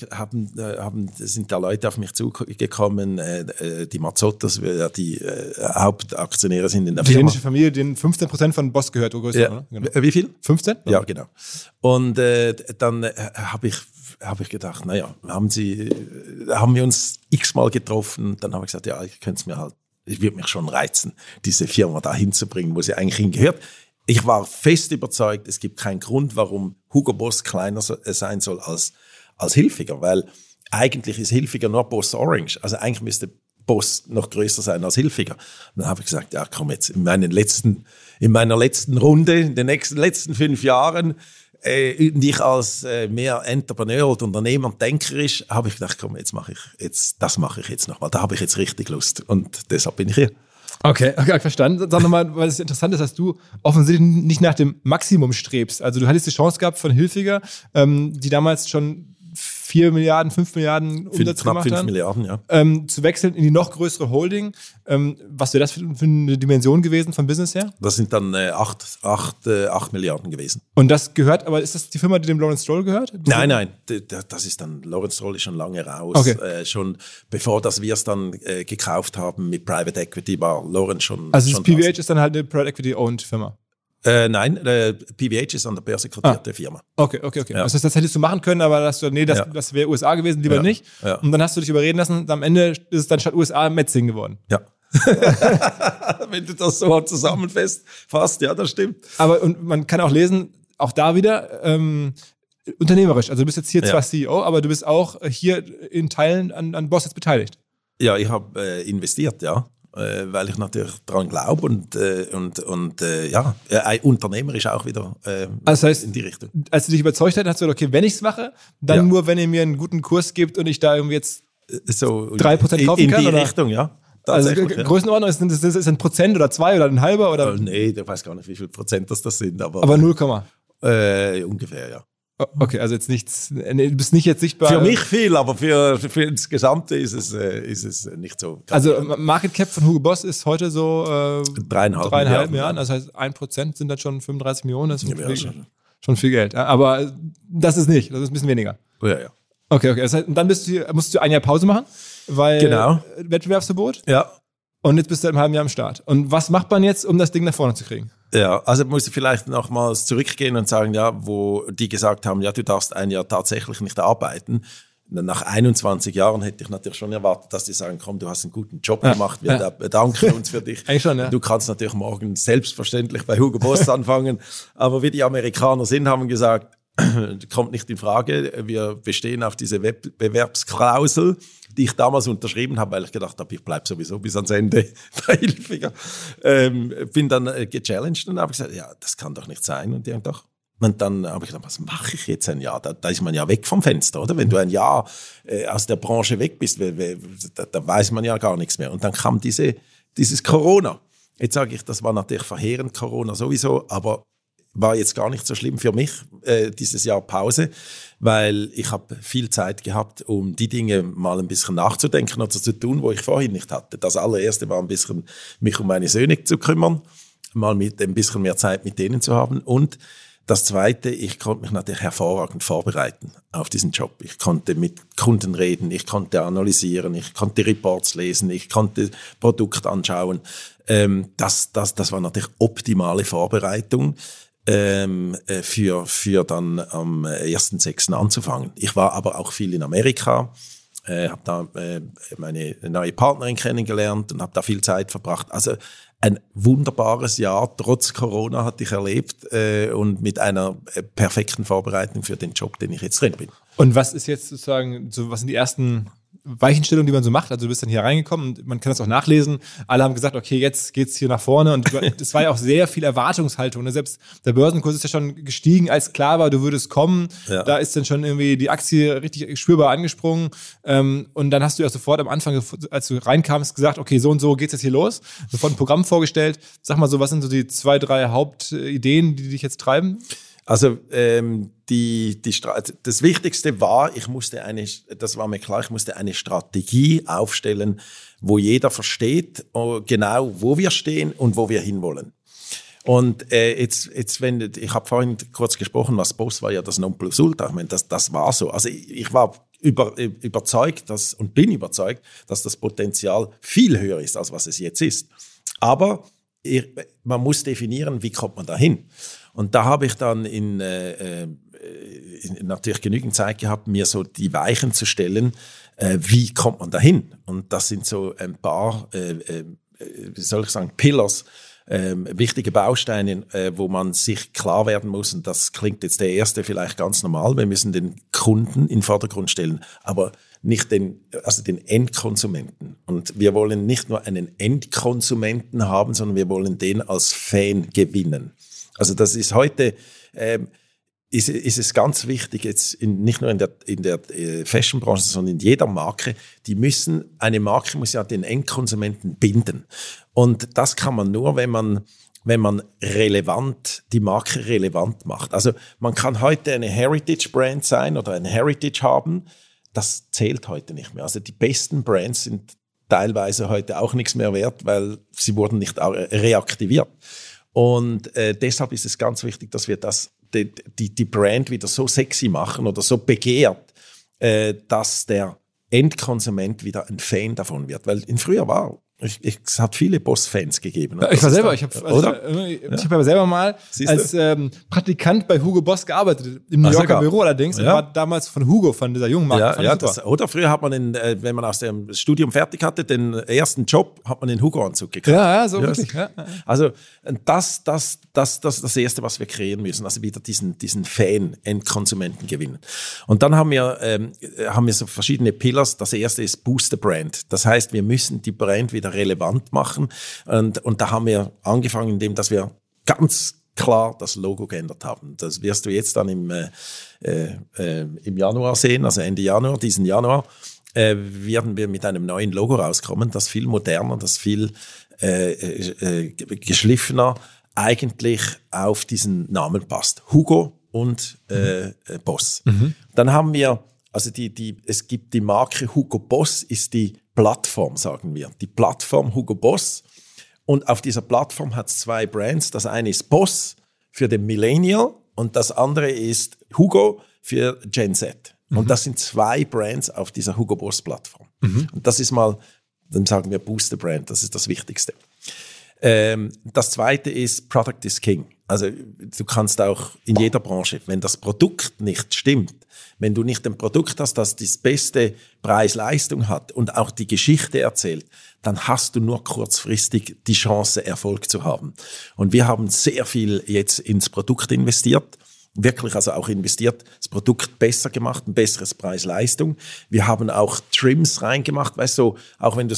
sind da Leute auf mich zugekommen, die Mazzottos, die Hauptaktionäre sind in der die Firma. dänische Familie, denen 15% von Boss gehört, Hugo, ja. oder? Genau. Wie viel? 15? Ja, genau. Und dann habe ich gedacht, naja, haben wir uns x-mal getroffen. Dann habe ich gesagt, ja, ich würde mich schon reizen, diese Firma da hinzubringen, wo sie eigentlich hingehört. Ich war fest überzeugt, es gibt keinen Grund, warum Hugo Boss kleiner sein soll als Hilfiger, weil eigentlich ist Hilfiger nur Boss Orange. Also eigentlich müsste Boss noch größer sein als Hilfiger. Und dann habe ich gesagt, ja komm jetzt, in meiner letzten Runde, in den letzten 5 Jahren, und ich als mehr Entrepreneur oder Unternehmer und denkerisch, habe ich gedacht, komm, das mache ich jetzt nochmal. Da habe ich jetzt richtig Lust. Und deshalb bin ich hier. Okay, verstanden. Sag nochmal, weil es interessant ist, dass du offensichtlich nicht nach dem Maximum strebst. Also du hattest die Chance gehabt von Hilfiger, die damals schon 4 Milliarden, 5 Milliarden Umsatz gemacht haben. Knapp 5 Milliarden, ja. Zu wechseln in die noch größere Holding. Was wäre das für eine Dimension gewesen vom Business her? Das sind dann 8 Milliarden gewesen. Und das gehört, aber ist das die Firma, die dem Lawrence Stroll gehört? Nein, das ist dann, Lawrence Stroll ist schon lange raus. Okay. Schon bevor wir es dann gekauft haben mit Private Equity, war Lawrence schon. Also das PVH ist dann halt eine Private Equity-owned Firma? Nein, PVH ist an der Börse kotierte Firma. Okay. Ja. Das heißt, das hättest du machen können, aber das wäre USA gewesen, lieber nicht. Ja. Und dann hast du dich überreden lassen und am Ende ist es dann statt USA Metzingen geworden. Ja. Wenn du das so zusammenfasst, ja, das stimmt. Aber und man kann auch lesen, auch da wieder unternehmerisch. Also du bist jetzt hier zwar CEO, aber du bist auch hier in Teilen an Boss jetzt beteiligt. Ja, ich habe investiert, ja. Weil ich natürlich daran glaube und unternehmerisch auch wieder das heißt, in die Richtung. Als du dich überzeugt hast, hast du gesagt, okay, wenn ich es mache, dann nur, wenn ihr mir einen guten Kurs gibt und ich da irgendwie jetzt so 3% kaufen kann? In die oder? Richtung, ja. Also Größenordnung, ist es ein Prozent oder 2 oder ein halber? Oder? Nee, ich weiß gar nicht, wie viel Prozent das sind. Aber 0, ungefähr, ja. Okay, also jetzt nichts, du bist nicht jetzt sichtbar. Für mich viel, aber für das Gesamte ist es nicht so. Also Market Cap von Hugo Boss ist heute so 3,5 Milliarden. Das heißt 1% sind dann schon 35 Millionen. Das ist schon viel Geld. Aber das ist nicht, das ist ein bisschen weniger. Ja. Okay. Das heißt, und dann musst du ein Jahr Pause machen, weil Wettbewerbsverbot. Ja. Und jetzt bist du im halben Jahr am Start. Und was macht man jetzt, um das Ding nach vorne zu kriegen? Ja, also muss ich vielleicht nochmals zurückgehen und sagen, ja, wo die gesagt haben, ja, du darfst ein Jahr tatsächlich nicht arbeiten. Nach 21 Jahren hätte ich natürlich schon erwartet, dass die sagen, komm, du hast einen guten Job gemacht, wir bedanken uns für dich. Eigentlich schon, ja. Du kannst natürlich morgen selbstverständlich bei Hugo Boss anfangen. Aber wie die Amerikaner sind, haben gesagt, kommt nicht in Frage. Wir bestehen auf diese Wettbewerbsklausel, die ich damals unterschrieben habe, weil ich gedacht habe, ich bleibe sowieso bis ans Ende bei Hilfiger. Bin dann gechallenged und habe gesagt, ja, das kann doch nicht sein. Und die haben doch. Und dann habe ich gedacht, was mache ich jetzt ein Jahr? Da ist man ja weg vom Fenster, oder? Wenn du ein Jahr aus der Branche weg bist, da weiß man ja gar nichts mehr. Und dann kam dieses Corona. Jetzt sage ich, das war natürlich verheerend, Corona sowieso, aber war jetzt gar nicht so schlimm für mich, dieses Jahr Pause, weil ich habe viel Zeit gehabt, um die Dinge mal ein bisschen nachzudenken oder zu tun, wo ich vorhin nicht hatte. Das allererste war ein bisschen, mich um meine Söhne zu kümmern, mal mit ein bisschen mehr Zeit mit denen zu haben. Und das Zweite, ich konnte mich natürlich hervorragend vorbereiten auf diesen Job. Ich konnte mit Kunden reden, ich konnte analysieren, ich konnte Reports lesen, ich konnte Produkt anschauen. Das war natürlich optimale Vorbereitung. Für dann am 1.6. anzufangen. Ich war aber auch viel in Amerika, habe da meine neue Partnerin kennengelernt und habe da viel Zeit verbracht. Also ein wunderbares Jahr, trotz Corona hatte ich erlebt und mit einer perfekten Vorbereitung für den Job, den ich jetzt drin bin. Und was ist jetzt sozusagen, was sind die ersten Weichenstellungen, die man so macht? Also du bist dann hier reingekommen und man kann das auch nachlesen. Alle haben gesagt, okay, jetzt geht's hier nach vorne und es war ja auch sehr viel Erwartungshaltung. Selbst der Börsenkurs ist ja schon gestiegen, als klar war, du würdest kommen. Ja. Da ist dann schon irgendwie die Aktie richtig spürbar angesprungen und dann hast du ja sofort am Anfang, als du reinkamst, gesagt, okay, so und so geht's jetzt hier los. Sofort ein Programm vorgestellt. Sag mal so, was sind so die 2, 3 Hauptideen, die dich jetzt treiben? Also das Wichtigste war, das war mir klar, ich musste eine Strategie aufstellen, wo jeder versteht genau, wo wir stehen und wo wir hinwollen. Und ich habe vorhin kurz gesprochen, was Boss war ja das Nonplusultra. Ich meine, das war so. Also ich war überzeugt, bin überzeugt, dass das Potenzial viel höher ist, als was es jetzt ist. Aber man muss definieren, wie kommt man dahin. Und da habe ich dann natürlich genügend Zeit gehabt, mir so die Weichen zu stellen, wie kommt man dahin. Und das sind so ein paar, wie soll ich sagen, Pillars, wichtige Bausteine, wo man sich klar werden muss. Und das klingt jetzt der erste vielleicht ganz normal. Wir müssen den Kunden in den Vordergrund stellen, aber nicht den Endkonsumenten. Und wir wollen nicht nur einen Endkonsumenten haben, sondern wir wollen den als Fan gewinnen. Also das ist heute, ist es ganz wichtig, jetzt nicht nur in der Fashion-Branche, sondern in jeder Marke, eine Marke muss ja den Endkonsumenten binden. Und das kann man nur, wenn man die Marke relevant macht. Also man kann heute eine Heritage-Brand sein oder ein Heritage haben, das zählt heute nicht mehr. Also die besten Brands sind teilweise heute auch nichts mehr wert, weil sie wurden nicht reaktiviert. Und deshalb ist es ganz wichtig, dass wir die Brand wieder so sexy machen oder so begehrt, dass der Endkonsument wieder ein Fan davon wird. Weil früher war es hat viele Boss-Fans gegeben. Ich war selber, ich habe ja selber mal als Praktikant bei Hugo Boss gearbeitet, im New Yorker Büro allerdings, und war damals von Hugo, von dieser jungen Marke. Oder früher hat man, wenn man aus dem Studium fertig hatte, den ersten Job, hat man den Hugo-Anzug gekriegt. Ja, so wirklich. Ja. Also das Erste, was wir kreieren müssen, also wieder diesen Fan, Endkonsumenten gewinnen. Und dann haben wir so verschiedene Pillars. Das erste ist Boost the Brand. Das heißt, wir müssen die Brand wieder relevant machen. Und da haben wir angefangen, indem dass wir ganz klar das Logo geändert haben. Das wirst du jetzt dann im Januar sehen, also Ende Januar, diesen Januar, werden wir mit einem neuen Logo rauskommen, das viel moderner, das viel geschliffener eigentlich auf diesen Namen passt. Hugo und Boss. Dann haben wir, also es gibt die Marke Hugo Boss, ist die Plattform, sagen wir. Die Plattform Hugo Boss. Und auf dieser Plattform hat es 2 Brands. Das eine ist Boss für den Millennial und das andere ist Hugo für Gen Z. Und das sind 2 Brands auf dieser Hugo Boss Plattform. Und das ist mal, dann sagen wir Boost the Brand, das ist das Wichtigste. Das zweite ist Product is King. Also du kannst auch in jeder Branche, wenn das Produkt nicht stimmt, wenn du nicht ein Produkt hast, das die beste Preis-Leistung hat und auch die Geschichte erzählt, dann hast du nur kurzfristig die Chance, Erfolg zu haben. Und wir haben sehr viel jetzt ins Produkt investiert. Wirklich also auch investiert, das Produkt besser gemacht, ein besseres Preis-Leistung. Wir haben auch Trims reingemacht, weißt du, auch wenn du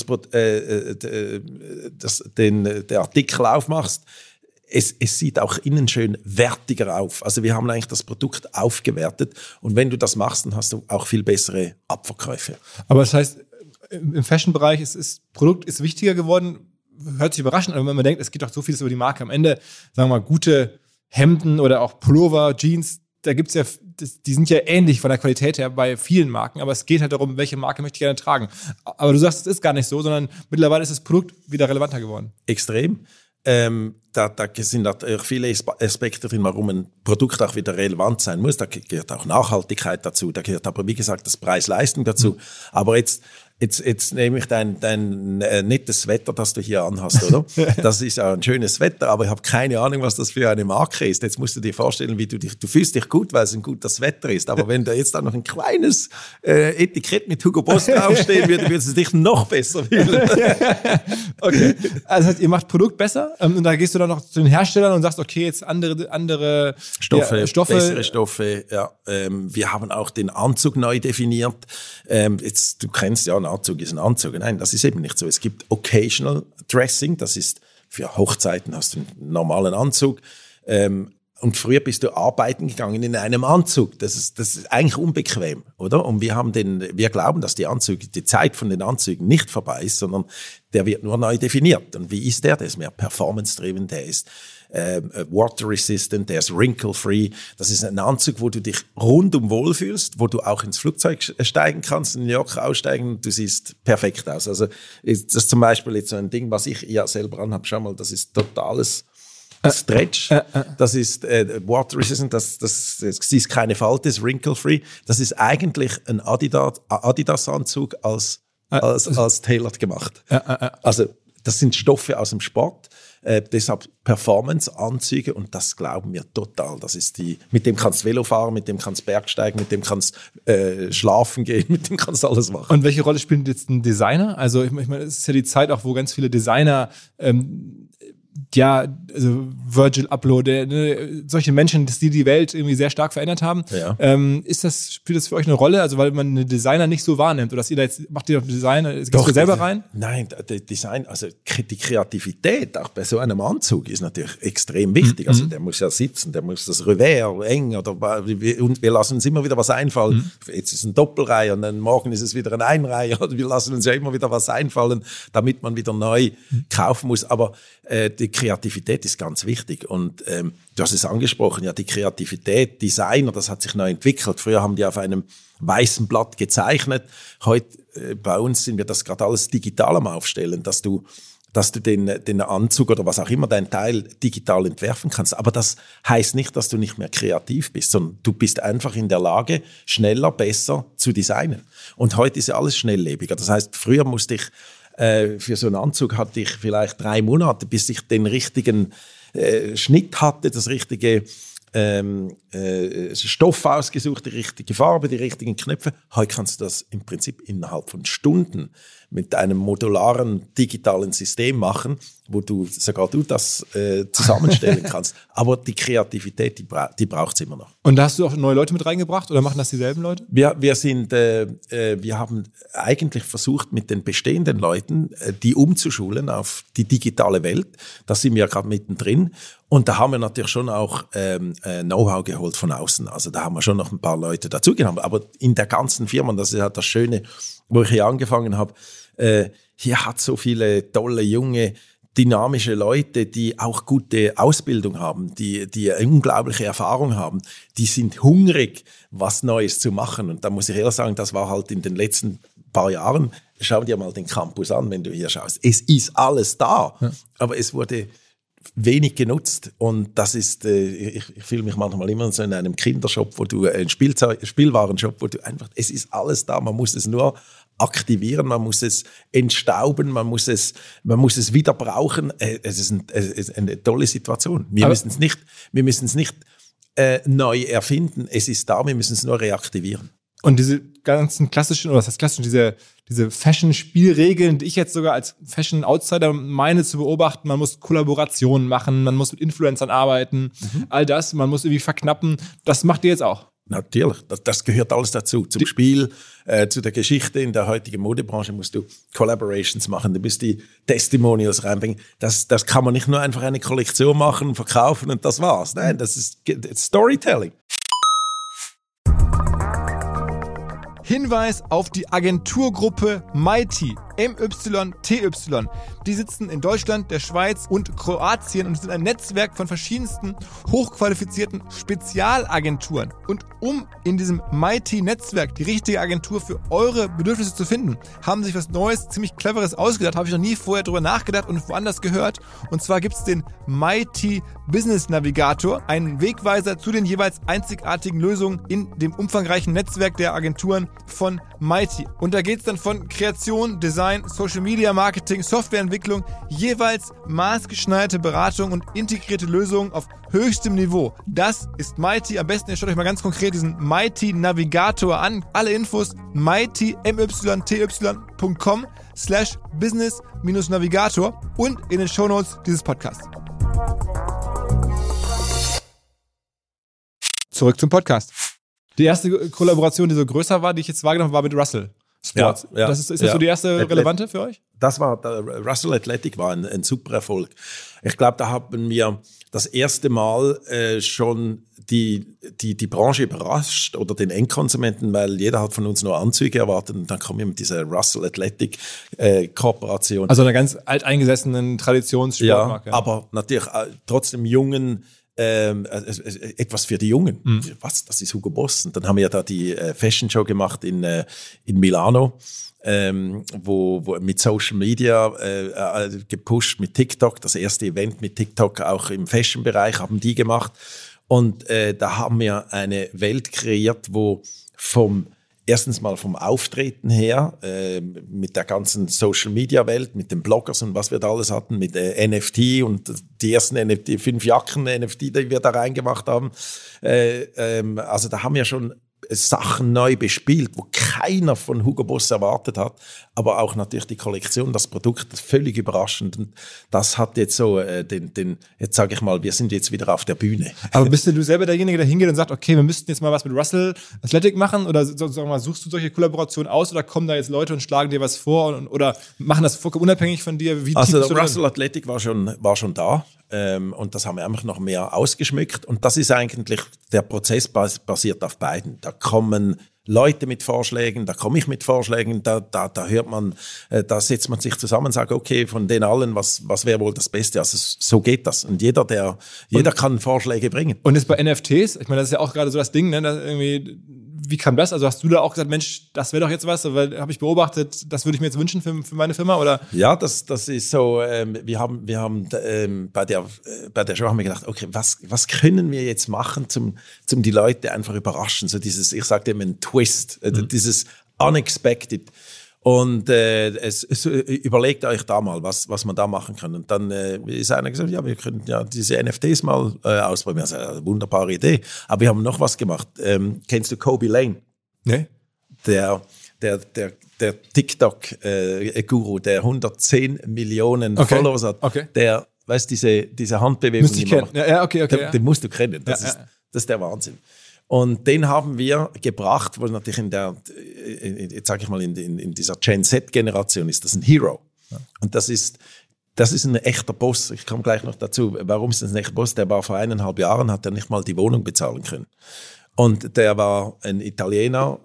den Artikel aufmachst, es sieht auch innen schön wertiger auf. Also wir haben eigentlich das Produkt aufgewertet und wenn du das machst, dann hast du auch viel bessere Abverkäufe. Aber das heißt, im Fashion-Bereich Produkt ist wichtiger geworden, hört sich überraschend an, aber wenn man denkt, es geht doch so vieles über die Marke. Am Ende, sagen wir mal, gute Hemden oder auch Pullover, Jeans, da gibt's ja, die sind ja ähnlich von der Qualität her bei vielen Marken, aber es geht halt darum, welche Marke möchte ich gerne tragen. Aber du sagst, es ist gar nicht so, sondern mittlerweile ist das Produkt wieder relevanter geworden. Extrem. Da sind natürlich viele Aspekte drin, warum ein Produkt auch wieder relevant sein muss. Da gehört auch Nachhaltigkeit dazu, da gehört aber, wie gesagt, das Preis-Leistung dazu. Aber jetzt nehme ich dein nettes Wetter, das du hier anhast, oder? Das ist ja ein schönes Wetter, aber ich habe keine Ahnung, was das für eine Marke ist. Jetzt musst du dir vorstellen, du fühlst dich gut, weil es ein gutes Wetter ist. Aber wenn da jetzt da noch ein kleines Etikett mit Hugo Boss draufstehen würde, würdest du dich noch besser fühlen. Okay. Also das heißt, ihr macht Produkt besser und da gehst du dann noch zu den Herstellern und sagst, okay, jetzt andere Stoffe. Bessere Stoffe, ja. Wir haben auch den Anzug neu definiert. Du kennst ja, ein Anzug ist ein Anzug. Nein, das ist eben nicht so. Es gibt Occasional Dressing, das ist für Hochzeiten hast du einen normalen Anzug. Und früher bist du arbeiten gegangen in einem Anzug. Das ist eigentlich unbequem, oder? Und wir glauben, dass die Zeit von den Anzügen nicht vorbei ist, sondern der wird nur neu definiert. Und wie ist der? Der ist mehr performance-driven, der ist water-resistant, der ist wrinkle-free. Das ist ein Anzug, wo du dich rundum wohlfühlst, wo du auch ins Flugzeug steigen kannst, in New York aussteigen und du siehst perfekt aus. Also das ist zum Beispiel jetzt so ein Ding, was ich ja selber anhabe. Schau mal, das ist totales Stretch. Das ist water-resistant, das ist keine Falte, ist wrinkle-free. Das ist eigentlich ein Adidas-Anzug als tailored gemacht. Also das sind Stoffe aus dem Sport. Deshalb Performance-Anzüge und das glauben wir total. Das ist mit dem kannst du Velo fahren, mit dem kannst du Bergsteigen, mit dem kannst schlafen gehen, mit dem kannst du alles machen. Und welche Rolle spielt jetzt ein Designer? Also ich meine, es ist ja die Zeit auch, wo ganz viele Designer also Virgil Abloh, solche Menschen, die Welt irgendwie sehr stark verändert haben. Ja. Spielt das für euch eine Rolle? Also weil man einen Designer nicht so wahrnimmt? Oder macht ihr doch Design, gehst du selber rein? Nein, Design, also die Kreativität auch bei so einem Anzug ist natürlich extrem wichtig. Also der muss ja sitzen, der muss das Revers eng und wir lassen uns immer wieder was einfallen. Jetzt ist es ein Doppelreihe und dann morgen ist es wieder ein Einreihe. Wir lassen uns ja immer wieder was einfallen, damit man wieder neu kaufen muss. Aber die Kreativität ist ganz wichtig und du hast es angesprochen, ja, die Kreativität, Designer, das hat sich neu entwickelt. Früher haben die auf einem weißen Blatt gezeichnet. Heute bei uns sind wir das gerade alles digital am Aufstellen, dass du den Anzug oder was auch immer, dein Teil digital entwerfen kannst. Aber das heißt nicht, dass du nicht mehr kreativ bist, sondern du bist einfach in der Lage, schneller, besser zu designen. Und heute ist ja alles schnelllebiger. Das heißt, früher musste ich Für so einen Anzug hatte ich vielleicht 3 Monate, bis ich den richtigen Schnitt hatte, das richtige Stoff ausgesucht, die richtige Farbe, die richtigen Knöpfe. Heute kannst du das im Prinzip innerhalb von Stunden mit einem modularen digitalen System machen, wo sogar du das zusammenstellen kannst. Aber die Kreativität, die braucht es immer noch. Und da hast du auch neue Leute mit reingebracht oder machen das dieselben Leute? Wir haben eigentlich versucht, mit den bestehenden Leuten die umzuschulen auf die digitale Welt. Da sind wir gerade mittendrin. Und da haben wir natürlich schon auch Know-how geholt von außen. Also da haben wir schon noch ein paar Leute dazugenommen. Aber in der ganzen Firma, und das ist halt das Schöne, wo ich hier angefangen habe, hier hat so viele tolle, junge, dynamische Leute, die auch gute Ausbildung haben, die unglaubliche Erfahrung haben, die sind hungrig, was Neues zu machen. Und da muss ich ehrlich sagen, das war halt in den letzten paar Jahren, schau dir mal den Campus an, wenn du hier schaust. Es ist alles da, aber es wurde wenig genutzt und das ist, ich fühle mich manchmal immer so in einem Kindershop, wo du, ein Spielwarenshop, wo du einfach, es ist alles da, man muss es nur aktivieren, man muss es entstauben, man muss es wieder brauchen. Es ist eine tolle Situation. Wir müssen es nicht neu erfinden, es ist da, wir müssen es nur reaktivieren. Und diese ganzen klassischen, oder was heißt klassisch, diese Fashion-Spielregeln, die ich jetzt sogar als Fashion-Outsider meine zu beobachten, man muss Kollaborationen machen, man muss mit Influencern arbeiten, all das, man muss irgendwie verknappen, das macht ihr jetzt auch. Natürlich, das gehört alles dazu. Zum Spiel, zu der Geschichte. In der heutigen Modebranche musst du Collaborations machen, du musst die Testimonials reinbringen. Das kann man nicht nur einfach eine Kollektion machen, verkaufen und das war's. Nein, das ist Storytelling. Hinweis auf die Agenturgruppe Mighty, MYTY. Die sitzen in Deutschland, der Schweiz und Kroatien und sind ein Netzwerk von verschiedensten hochqualifizierten Spezialagenturen. Und um in diesem Mighty-Netzwerk die richtige Agentur für eure Bedürfnisse zu finden, haben sich was Neues, ziemlich Cleveres ausgedacht. Habe ich noch nie vorher drüber nachgedacht und woanders gehört. Und zwar gibt es den Mighty Business Navigator, einen Wegweiser zu den jeweils einzigartigen Lösungen in dem umfangreichen Netzwerk der Agenturen von Mighty. Und da geht es dann von Kreation, Design, Social Media Marketing, Softwareentwicklung, jeweils maßgeschneiderte Beratung und integrierte Lösungen auf höchstem Niveau. Das ist Mighty. Am besten ihr schaut euch mal ganz konkret diesen Mighty Navigator an. Alle Infos mighty.com/business-navigator und in den Shownotes dieses Podcasts. Zurück zum Podcast. Die erste Kollaboration, die so größer war, die ich jetzt wahrgenommen habe, war mit Russell Sports. Ja. Ist das so die erste relevante für euch? Das war, Russell Athletic war ein super Erfolg. Ich glaube, da haben wir das erste Mal schon die Branche überrascht oder den Endkonsumenten, weil jeder hat von uns nur Anzüge erwartet und dann kommen wir mit dieser Russell Athletic Kooperation. Also einer ganz alteingesessenen Traditionssportmarke. Ja, aber natürlich trotzdem jungen, etwas für die Jungen. Was? Das ist Hugo Boss. Und dann haben wir ja da die Fashion Show gemacht in Milano, wo mit Social Media gepusht, mit TikTok, das erste Event mit TikTok auch im Fashion-Bereich haben die gemacht. Und da haben wir eine Welt kreiert, wo erstens mal vom Auftreten her, mit der ganzen Social-Media-Welt, mit den Bloggers und was wir da alles hatten, mit NFT und die ersten NFT, 5 Jacken NFT, die wir da reingemacht haben. Also da haben wir schon Sachen neu bespielt, wo keiner von Hugo Boss erwartet hat, aber auch natürlich die Kollektion, das Produkt, das völlig überraschend. Und das hat jetzt so jetzt sage ich mal, wir sind jetzt wieder auf der Bühne. Aber bist du selber derjenige, der hingeht und sagt, okay, wir müssten jetzt mal was mit Russell Athletic machen oder sagen wir, suchst du solche Kollaborationen aus oder kommen da jetzt Leute und schlagen dir was vor oder machen das vollkommen unabhängig von dir? Also Russell Athletic war schon da. Und das haben wir einfach noch mehr ausgeschmückt. Und das ist eigentlich, der Prozess basiert auf beiden. Da kommen Leute mit Vorschlägen, da komme ich mit Vorschlägen, da hört man, da setzt man sich zusammen und sagt, okay, von den allen, was wäre wohl das Beste? Also so geht das. Und jeder kann Vorschläge bringen. Und jetzt bei NFTs, ich meine, das ist ja auch gerade so das Ding, ne, wie kam das? Also hast du da auch gesagt, Mensch, das wäre doch jetzt was, weil habe ich beobachtet, das würde ich mir jetzt wünschen für meine Firma, oder? Ja, das ist so, wir haben bei der Show haben wir gedacht, okay, was können wir jetzt machen, zum die Leute einfach überraschen, so dieses, ich sage immer ein Twist, dieses Unexpected. Und überlegt euch da mal, was man da machen kann. Und dann ist einer gesagt, ja, wir können ja diese NFTs mal ausprobieren. Also, eine wunderbare Idee. Aber wir haben noch was gemacht. Kennst du Kobe Lane? Nee. Der TikTok-Guru, der 110 Millionen Followers hat, der, weißt du, diese Handbewegung, Müsste ich kennen. Okay. Den musst du kennen. Das ist der Wahnsinn. Und den haben wir gebracht, weil natürlich jetzt sage ich mal, in dieser Gen Z-Generation ist das ein Hero. Ja. Und das ist ein echter Boss. Ich komme gleich noch dazu. Warum ist das ein echter Boss? Der war vor 1,5 Jahren, hat er nicht mal die Wohnung bezahlen können. Und der war ein Italiener,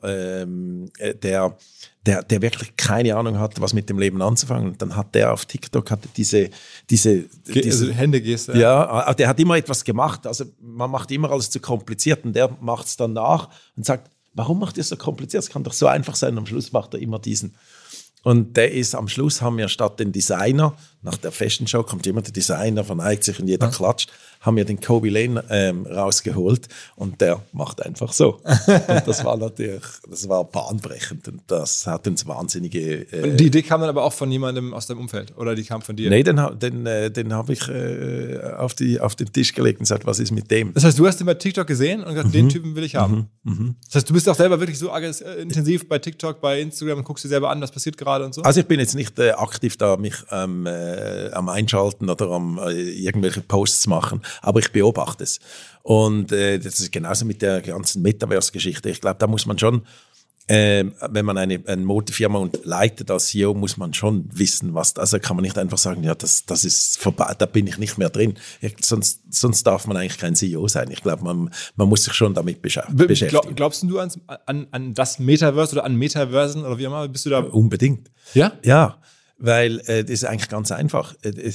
der wirklich keine Ahnung hatte, was mit dem Leben anzufangen. Und dann hat der auf TikTok diese Händegeste. Ja, der hat immer etwas gemacht. Also man macht immer alles zu kompliziert und der macht es dann nach und sagt, warum macht ihr es so kompliziert? Es kann doch so einfach sein. Am Schluss macht er immer diesen. Und der ist, am Schluss haben wir statt den Designer, nach der Fashion Show kommt immer der Designer, verneigt sich und jeder klatscht, haben wir den Kobe Lane rausgeholt und der macht einfach so. Und das war bahnbrechend und das hat uns wahnsinnige... Und die Idee kam dann aber auch von jemandem aus deinem Umfeld oder die kam von dir? Nee, den habe ich auf den Tisch gelegt und gesagt, was ist mit dem? Das heißt, du hast den bei TikTok gesehen und gesagt, den Typen will ich haben. Das heißt, du bist auch selber wirklich so intensiv bei TikTok, bei Instagram und guckst dir selber an, was passiert gerade und so? Also ich bin jetzt nicht aktiv da, mich am Einschalten oder am irgendwelche Posts machen, aber ich beobachte es. Und das ist genauso mit der ganzen Metaverse-Geschichte. Ich glaube, da muss man schon, wenn man eine Modefirma leitet als CEO, muss man schon wissen, also kann man nicht einfach sagen, ja, das ist vorbei, da bin ich nicht mehr drin. Sonst darf man eigentlich kein CEO sein. Ich glaube, man muss sich schon damit beschäftigen. Glaubst du an das Metaverse oder an Metaversen oder wie immer? Bist du da? Unbedingt. Ja? Ja, weil das ist eigentlich ganz einfach.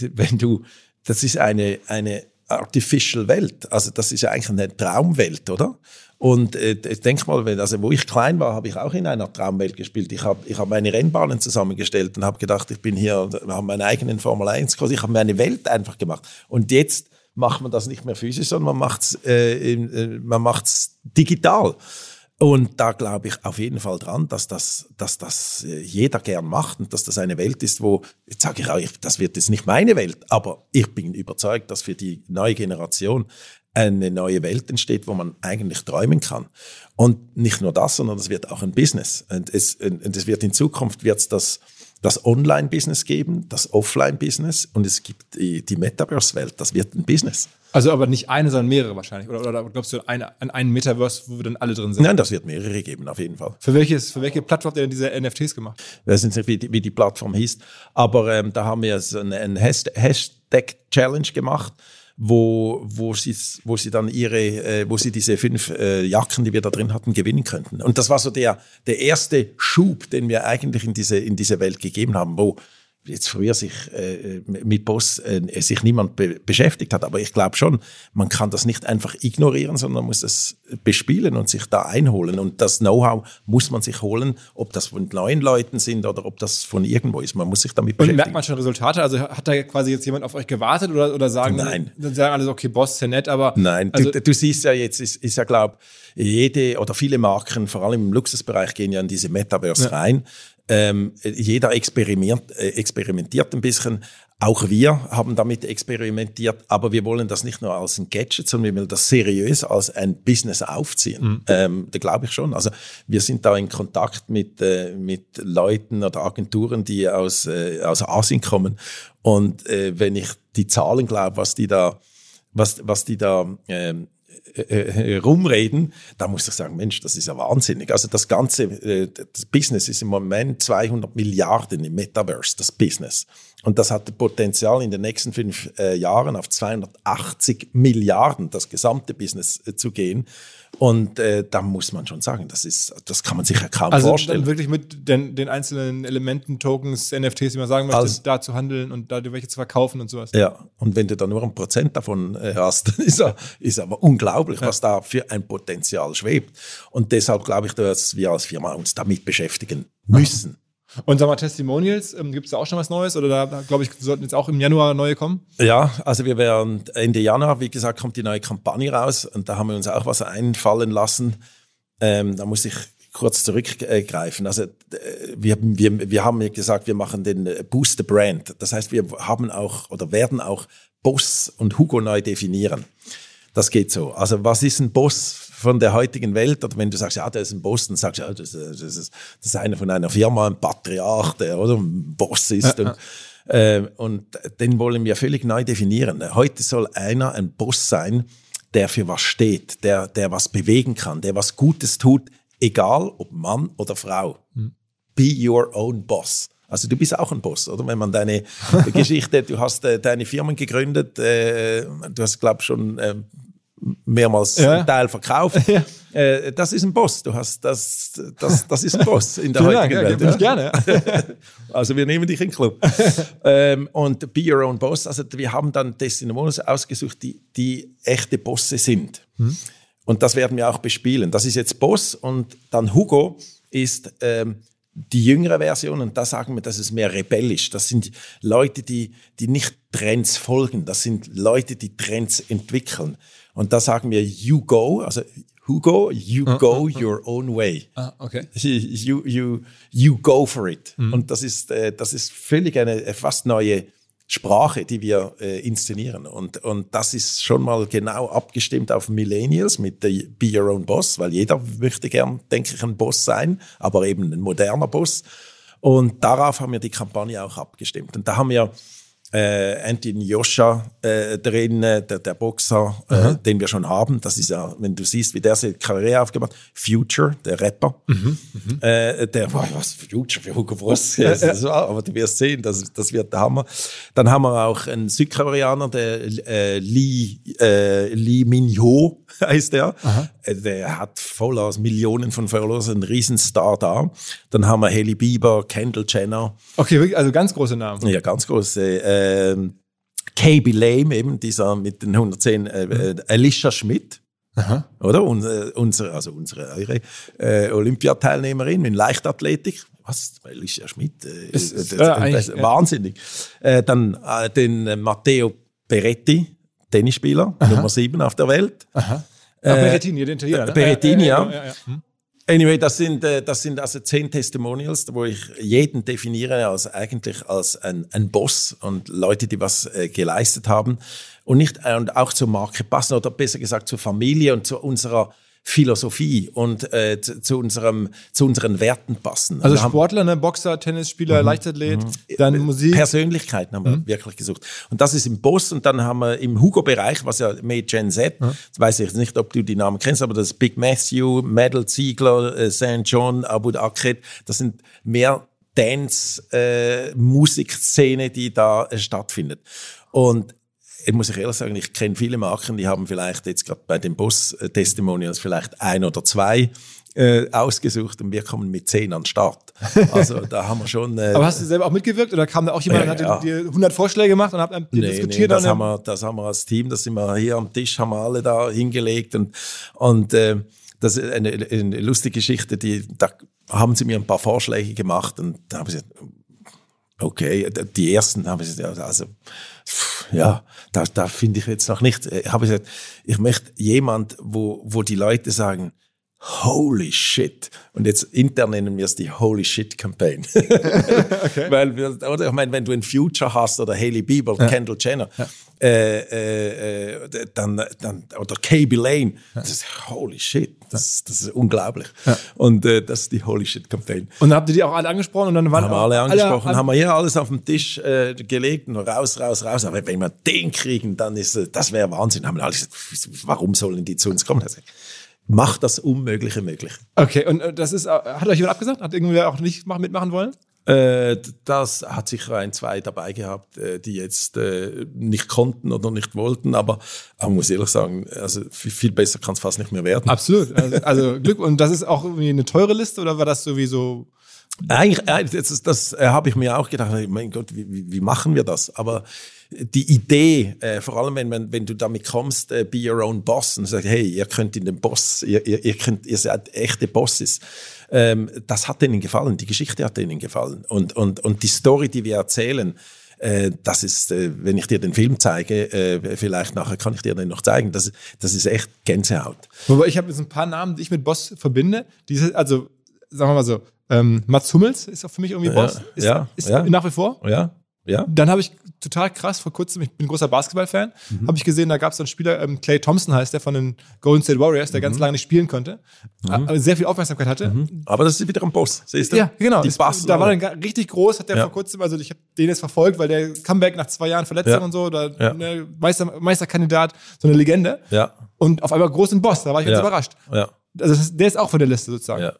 Das ist eine Artificial Welt. Also das ist ja eigentlich eine Traumwelt, oder? Und denk mal, wo ich klein war, habe ich auch in einer Traumwelt gespielt. Ich hab meine Rennbahnen zusammengestellt und habe gedacht, wir haben meinen eigenen Formel 1 Kurs. Ich habe mir eine Welt einfach gemacht. Und jetzt macht man das nicht mehr physisch, sondern man macht's digital. Und da glaube ich auf jeden Fall dran, dass das jeder gern macht und dass das eine Welt ist, wo, jetzt sage ich auch, das wird jetzt nicht meine Welt, aber ich bin überzeugt, dass für die neue Generation eine neue Welt entsteht, wo man eigentlich träumen kann. Und nicht nur das, sondern es wird auch ein Business. Und es wird in Zukunft das Online-Business geben, das Offline-Business und es gibt die Metaverse-Welt, das wird ein Business. Also aber nicht eine, sondern mehrere wahrscheinlich. Oder glaubst du an einen Metaverse, wo wir dann alle drin sind? Nein, das wird mehrere geben, auf jeden Fall. Für welche Plattform habt ihr denn diese NFTs gemacht? Ich weiß nicht, wie die Plattform hieß, aber da haben wir so einen Hashtag-Challenge gemacht, wo sie dann wo sie diese 5 Jacken, die wir da drin hatten, gewinnen könnten. Und das war so der erste Schub, den wir eigentlich in diese Welt gegeben haben, wo jetzt früher sich mit Boss sich niemand beschäftigt hat. Aber ich glaube schon, man kann das nicht einfach ignorieren, sondern man muss es bespielen und sich da einholen. Und das Know-how muss man sich holen, ob das von neuen Leuten sind oder ob das von irgendwo ist. Man muss sich damit beschäftigen. Und merkt man schon Resultate? Also hat da quasi jetzt jemand auf euch gewartet oder sagen Nein. Dann sagen alle so, okay, Boss ist ja nett, aber... Nein, also, du siehst ja jetzt, ist ja, glaube jede oder viele Marken, vor allem im Luxusbereich, gehen ja in diese Metaverse rein. Jeder experimentiert ein bisschen. Auch wir haben damit experimentiert, aber wir wollen das nicht nur als ein Gadget, sondern wir wollen das seriös als ein Business aufziehen. Da glaube ich schon. Also wir sind da in Kontakt mit Leuten oder Agenturen, die aus Asien kommen. Und wenn ich die Zahlen glaube, was die da rumreden, da muss ich sagen, Mensch, das ist ja wahnsinnig. Also das ganze das Business ist im Moment 200 Milliarden im Metaverse, das Business. Und das hat das Potenzial, in den nächsten 5 Jahren auf 280 Milliarden das gesamte Business zu gehen. Und da muss man schon sagen, das kann man sich ja kaum vorstellen. Also wirklich mit den einzelnen Elementen, Tokens, NFTs, wie man sagen möchte, da zu handeln und da welche zu verkaufen und sowas. Ja, und wenn du da nur 1% davon hast, dann ist aber unglaublich, was da für ein Potenzial schwebt. Und deshalb glaube ich, dass wir als Firma uns damit beschäftigen müssen. Und sag mal, Testimonials, gibt es da auch schon was Neues? Oder da glaube ich, sollten jetzt auch im Januar neue kommen? Ja, also wir werden Ende Januar, wie gesagt, kommt die neue Kampagne raus und da haben wir uns auch was einfallen lassen. Da muss ich kurz zurückgreifen. Also wir haben ja gesagt, wir machen den Boost the Brand. Das heißt, wir haben auch oder werden auch Boss und Hugo neu definieren. Das geht so. Also was ist ein Boss von der heutigen Welt? Oder wenn du sagst, ja, der ist ein Boss, dann sagst du, ja, das ist einer von einer Firma, ein Patriarch, der oder ein Boss ist. Und den wollen wir völlig neu definieren. Heute soll einer ein Boss sein, der für was steht, der was bewegen kann, der was Gutes tut, egal ob Mann oder Frau. Be your own boss. Also du bist auch ein Boss, oder? Wenn man deine Geschichte, du hast deine Firmen gegründet, du hast, glaube ich, schon mehrmals einen Teil verkauft. Ja. Das ist ein Boss. Du hast das ist ein Boss in der heutigen Welt. Ja, gerne. Also wir nehmen dich in den Club. Und be your own boss. Also wir haben dann Testimonials ausgesucht, die echte Bosse sind. Und das werden wir auch bespielen. Das ist jetzt Boss und dann Hugo ist die jüngere Version, und da sagen wir, das ist mehr rebellisch. Das sind Leute, die nicht Trends folgen. Das sind Leute, die Trends entwickeln. Und da sagen wir, you go, also Hugo, you go your own way. Okay. You go for it. Und das ist völlig eine fast neue Sprache, die wir inszenieren. Und das ist schon mal genau abgestimmt auf Millennials mit der Be Your Own Boss, weil jeder möchte gern, denke ich, ein Boss sein, aber eben ein moderner Boss. Und darauf haben wir die Kampagne auch abgestimmt. Und da haben wir Anthony Joshua drin, der Boxer, den wir schon haben. Das ist ja, wenn du siehst, wie der seine Karriere aufgemacht hat. Future, der Rapper. Was Future für Hugo Boss? Aber du wirst sehen, das wird der Hammer. Dann haben wir auch einen Südkoreaner, der Lee Min-ho heißt der. Der hat voll aus Millionen von Followers, ein Riesenstar da. Dann haben wir Hailey Bieber, Kendall Jenner. Okay, wirklich, also ganz große Namen. Ja, ganz große. KB Lame, eben dieser mit den 110, Alicia Schmidt, oder? Eure Olympiateilnehmerin in Leichtathletik. Was? Alicia Schmidt? Wahnsinnig. Dann den Matteo Berretti, Tennisspieler, Nummer 7 auf der Welt. Berrettini, den Italiener. Berrettini, ja. Anyway, das sind also 10 Testimonials, wo ich jeden definiere als ein Boss und Leute, die was geleistet haben und auch zur Marke passen oder besser gesagt zur Familie und zu unserer Philosophie und zu unseren Werten passen. Also Sportler, ne? Boxer, Tennisspieler, Leichtathlet, dann Musik. Persönlichkeiten haben wir wirklich gesucht. Und das ist im Boss und dann haben wir im Hugo-Bereich, was ja mit Gen Z, das weiß ich jetzt nicht, ob du die Namen kennst, aber das ist Big Matthew, Medal Ziegler, St. John, Abu Akred, das sind mehr Dance-Musikszene, die da stattfindet. Und ich muss ehrlich sagen, ich kenne viele Marken, die haben vielleicht jetzt gerade bei den Boss-Testimonials vielleicht 1 oder 2 ausgesucht und wir kommen mit 10 an den Start. Also da haben wir schon... Aber hast du selber auch mitgewirkt oder kam da auch jemand und hat dir 100 Vorschläge gemacht und habt diskutiert? Nee, das haben wir als Team, das sind wir hier am Tisch, haben wir alle da hingelegt und das ist eine lustige Geschichte, da haben sie mir ein paar Vorschläge gemacht und da habe ich gesagt, okay, die ersten habe ich gesagt, also da finde ich jetzt noch nicht. Habe ich gesagt, ich möchte jemand, wo die Leute sagen, holy shit. Und jetzt intern nennen wir es die Holy Shit Campaign. Okay. Oder ich meine, wenn du ein Future hast oder Hailey Bieber, Kendall Jenner, dann oder KB Lane, das ist holy shit. Das ist unglaublich. Ja. Und das ist die Holy Shit Campaign. Und dann habt ihr die auch alle angesprochen? Und dann waren haben wir alle angesprochen, haben wir hier alles auf den Tisch gelegt und raus. Aber wenn wir den kriegen, dann das wäre Wahnsinn. Haben wir alle gesagt, warum sollen die zu uns kommen? Also, macht das Unmögliche möglich. Okay, und hat euch jemand abgesagt? Hat irgendwer auch nicht mitmachen wollen? Das hat sicher 1, 2 dabei gehabt, die jetzt nicht konnten oder nicht wollten, aber man muss ehrlich sagen, also viel besser kann es fast nicht mehr werden. Absolut. Also Glück. Und das ist auch irgendwie eine teure Liste oder war das sowieso? Eigentlich, das habe ich mir auch gedacht, mein Gott, wie machen wir das? Aber die Idee, vor allem wenn du damit kommst, be your own boss und sagst, hey, ihr könnt in den Boss, ihr seid echte Bosses. Das hat denen gefallen, die Geschichte hat denen gefallen. Und die Story, die wir erzählen, das ist, wenn ich dir den Film zeige, vielleicht nachher kann ich dir den noch zeigen, das ist echt Gänsehaut. Wobei ich habe jetzt ein paar Namen, die ich mit Boss verbinde, also sagen wir mal so, Mats Hummels ist auch für mich irgendwie Boss. Ist nach wie vor. Ja. Dann habe ich total krass vor kurzem, ich bin ein großer Basketball-Fan, habe ich gesehen, da gab es einen Spieler, Klay Thompson heißt der, von den Golden State Warriors, der ganz lange nicht spielen konnte, aber sehr viel Aufmerksamkeit hatte. Aber das ist wieder ein Boss, siehst du? Ja, genau. Da war dann richtig groß, hat der vor kurzem, also ich habe den jetzt verfolgt, weil der Comeback nach 2 Jahren Verletzung und so, Meisterkandidat, so eine Legende. Ja. Und auf einmal groß und Boss, da war ich ganz überrascht. Ja. Also der ist auch von der Liste sozusagen. Ja.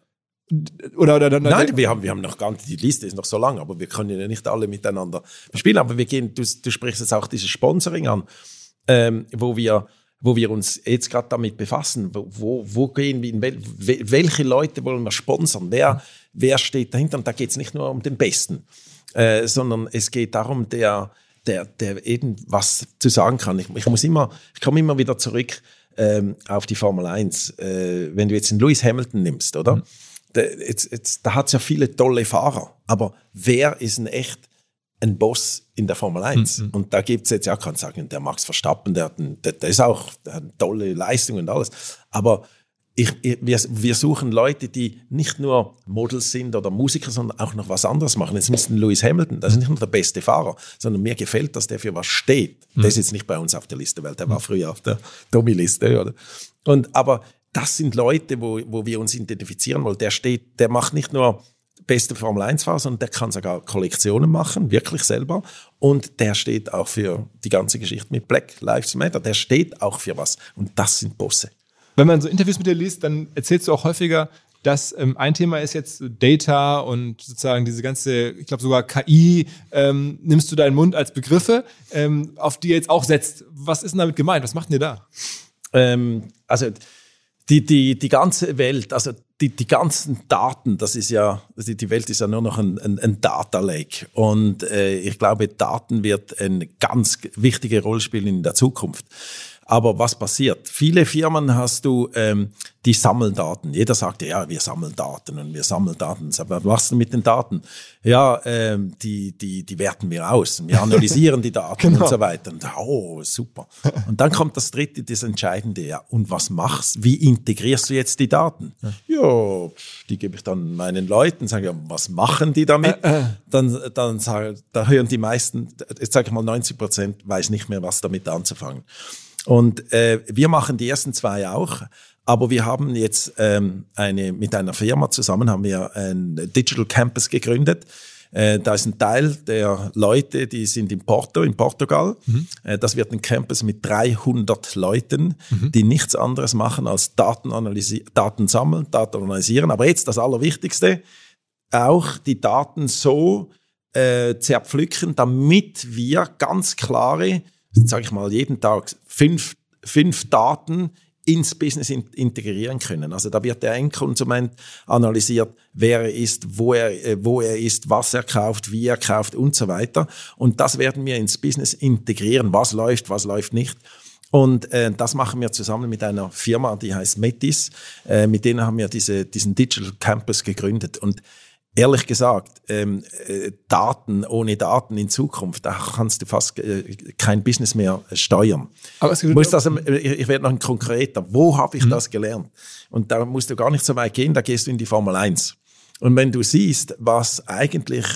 Nein, wir haben noch gar nicht, die Liste ist noch so lang, aber wir können ja nicht alle miteinander bespielen. Aber wir gehen, du sprichst jetzt auch dieses Sponsoring an, wo wir uns jetzt gerade damit befassen. Wo gehen wir, welche Leute wollen wir sponsern? Wer steht dahinter? Und da geht es nicht nur um den Besten, sondern es geht darum, der eben was zu sagen kann. Ich komme immer wieder zurück auf die Formel 1. Wenn du jetzt einen Lewis Hamilton nimmst, oder? Da hat es ja viele tolle Fahrer, aber wer ist ein Boss in der Formel 1? Und da gibt es jetzt, ja, kann sagen, der Max Verstappen, der ist auch, der hat tolle Leistungen und alles, aber wir suchen Leute, die nicht nur Models sind oder Musiker, sondern auch noch was anderes machen. Jetzt müssen Lewis Hamilton, das ist nicht nur der beste Fahrer, sondern mir gefällt, dass der für was steht. Der ist jetzt nicht bei uns auf der Liste, weil der war früher auf der Dummy-Liste, oder? Aber das sind Leute, wo wir uns identifizieren wollen. Der macht nicht nur beste Formel-1-Fahrer, sondern der kann sogar Kollektionen machen, wirklich selber. Und der steht auch für die ganze Geschichte mit Black Lives Matter. Der steht auch für was. Und das sind Bosse. Wenn man so Interviews mit dir liest, dann erzählst du auch häufiger, dass ein Thema ist jetzt Data und sozusagen diese ganze, ich glaube sogar KI, nimmst du deinen Mund als Begriffe, auf die ihr jetzt auch setzt. Was ist denn damit gemeint? Was macht ihr da? Also die ganze Welt, also die ganzen Daten, das ist ja, die Welt ist ja nur noch ein Data Lake. Und ich glaube, Daten wird eine ganz wichtige Rolle spielen in der Zukunft. Aber was passiert? Viele Firmen hast du, die sammeln Daten. Jeder sagt, ja, wir sammeln Daten und wir sammeln Daten. Aber was machst du mit den Daten? Ja, die werten wir aus. Wir analysieren die Daten und so weiter. Und, super. Und dann kommt das dritte, das Entscheidende. Ja, und was machst du? Wie integrierst du jetzt die Daten? Ja, die gebe ich dann meinen Leuten, sage, ja, was machen die damit? Dann sage, da hören die meisten, jetzt sage ich mal 90%, weiß nicht mehr, was damit anzufangen. Und wir machen die ersten 2 auch, aber wir haben jetzt mit einer Firma zusammen haben wir ein Digital Campus gegründet. Da ist ein Teil der Leute, die sind in Portugal. Das wird ein Campus mit 300 Leuten, die nichts anderes machen als Daten sammeln, Daten analysieren. Aber jetzt das Allerwichtigste, auch die Daten so zerpflücken, damit wir ganz klare, sage ich mal, jeden Tag 5 Daten ins Business integrieren können. Also da wird der Endkonsument analysiert, wer er ist, wo er ist, was er kauft, wie er kauft und so weiter. Und das werden wir ins Business integrieren. Was läuft nicht. Und das machen wir zusammen mit einer Firma, die heißt Metis. Mit denen haben wir diesen Digital Campus gegründet. Und ehrlich gesagt, Daten ohne Daten in Zukunft, da kannst du fast kein Business mehr steuern. Aber ich werde noch ein konkreter. Wo habe ich das gelernt? Und da musst du gar nicht so weit gehen, da gehst du in die Formel 1. Und wenn du siehst, was eigentlich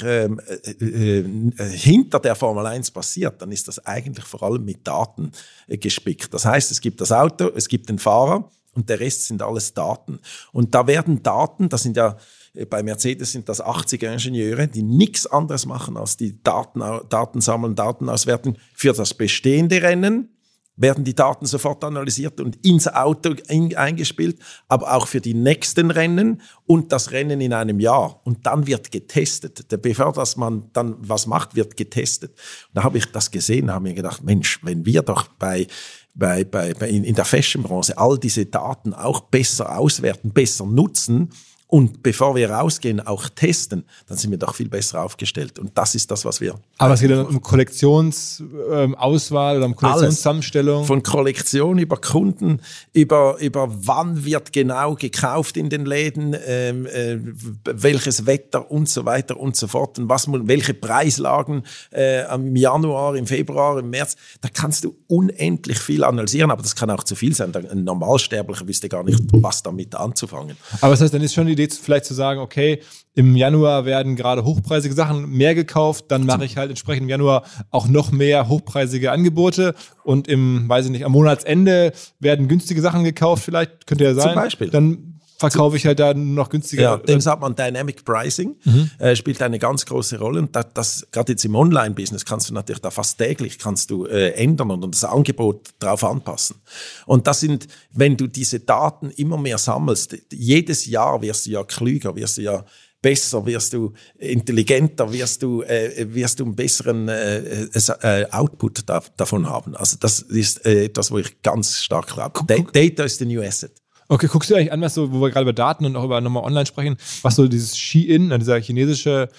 hinter der Formel 1 passiert, dann ist das eigentlich vor allem mit Daten gespickt. Das heißt, es gibt das Auto, es gibt den Fahrer und der Rest sind alles Daten. Und da werden Daten, das sind ja bei Mercedes sind das 80 Ingenieure, die nichts anderes machen, als die Daten sammeln, Daten auswerten. Für das bestehende Rennen werden die Daten sofort analysiert und ins Auto eingespielt, aber auch für die nächsten Rennen und das Rennen in einem Jahr. Und dann wird getestet. Bevor man dann was macht, wird getestet. Und da habe ich das gesehen, habe mir gedacht, Mensch, wenn wir doch in der Fashion-Branche all diese Daten auch besser auswerten, besser nutzen, und bevor wir rausgehen, auch testen, dann sind wir doch viel besser aufgestellt. Und das ist das, was wir... Aber es geht dann um Kollektionsauswahl oder um Kollektionszusammenstellung? Von Kollektion über Kunden, über wann wird genau gekauft in den Läden, welches Wetter und so weiter und so fort. Und welche Preislagen im Januar, im Februar, im März. Da kannst du unendlich viel analysieren, aber das kann auch zu viel sein. Ein Normalsterblicher wüsste gar nicht, was damit anzufangen. Aber das heißt, dann ist schon die Idee, vielleicht zu sagen, okay, im Januar werden gerade hochpreisige Sachen mehr gekauft, dann mache ich halt entsprechend im Januar auch noch mehr hochpreisige Angebote und am Monatsende werden günstige Sachen gekauft, vielleicht, könnte ja sein. Zum Beispiel. Dann verkaufe ich halt da noch günstiger. Ja, dem sagt man Dynamic Pricing, spielt eine ganz große Rolle. Und das gerade jetzt im Online-Business kannst du natürlich da fast täglich ändern und das Angebot darauf anpassen. Und das sind, wenn du diese Daten immer mehr sammelst, jedes Jahr wirst du ja klüger, wirst du ja besser, wirst du intelligenter, wirst du einen besseren Output davon haben. Also das ist etwas, wo ich ganz stark glaube. Data is the new asset. Okay, guckst du eigentlich an, was so, wo wir gerade über Daten und auch über nochmal online sprechen, was so dieses Shein, dieser chinesische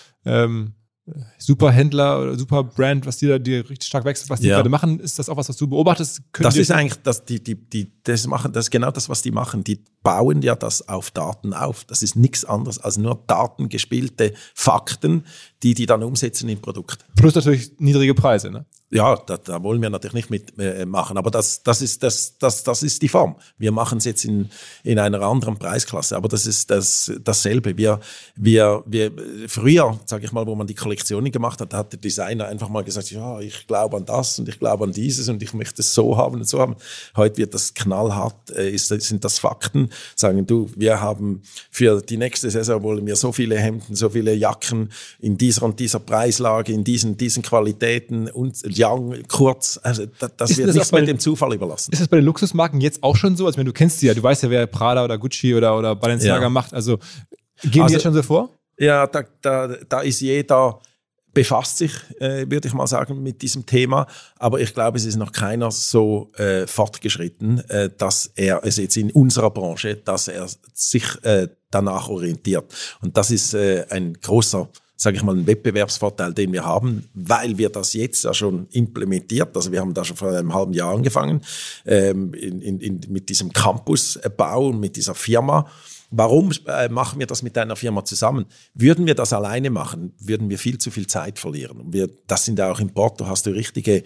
Superhändler oder Superbrand, was die richtig stark wächst, was die gerade machen, ist das auch was du beobachtest? Das ist eigentlich, das ist genau das, was die machen. Die bauen ja das auf Daten auf. Das ist nichts anderes als nur datengespielte Fakten, die dann umsetzen im Produkt. Plus natürlich niedrige Preise, ne? Ja, da wollen wir natürlich nicht mitmachen, aber das ist die Form. Wir machen es jetzt in einer anderen Preisklasse, aber das ist dasselbe. Wir früher, sage ich mal, wo man die Kollektionen gemacht hat, hat der Designer einfach mal gesagt, ja, ich glaube an das und ich glaube an dieses und ich möchte es so haben und so haben. Heute wird das knallhart, sind das Fakten. Sagen wir haben für die nächste Saison wollen wir so viele Hemden, so viele Jacken in dieser und dieser Preislage, in diesen Qualitäten und lang, kurz, also das wird nichts mit dem Zufall überlassen. Ist das bei den Luxusmarken jetzt auch schon so? Also, du kennst die ja, du weißt ja, wer Prada oder Gucci oder Balenciaga macht. Also, gehen die jetzt schon so vor? Ja, da ist jeder, befasst sich, würde ich mal sagen, mit diesem Thema. Aber ich glaube, es ist noch keiner so fortgeschritten, dass er es jetzt in unserer Branche, dass er sich danach orientiert. Und das ist ein großer, sage ich mal, ein Wettbewerbsvorteil, den wir haben, weil wir das jetzt ja schon implementiert, also wir haben da schon vor einem halben Jahr angefangen, mit diesem Campusbau und mit dieser Firma. Warum machen wir das mit einer Firma zusammen? Würden wir das alleine machen, würden wir viel zu viel Zeit verlieren. Das sind ja auch in Porto, hast du richtige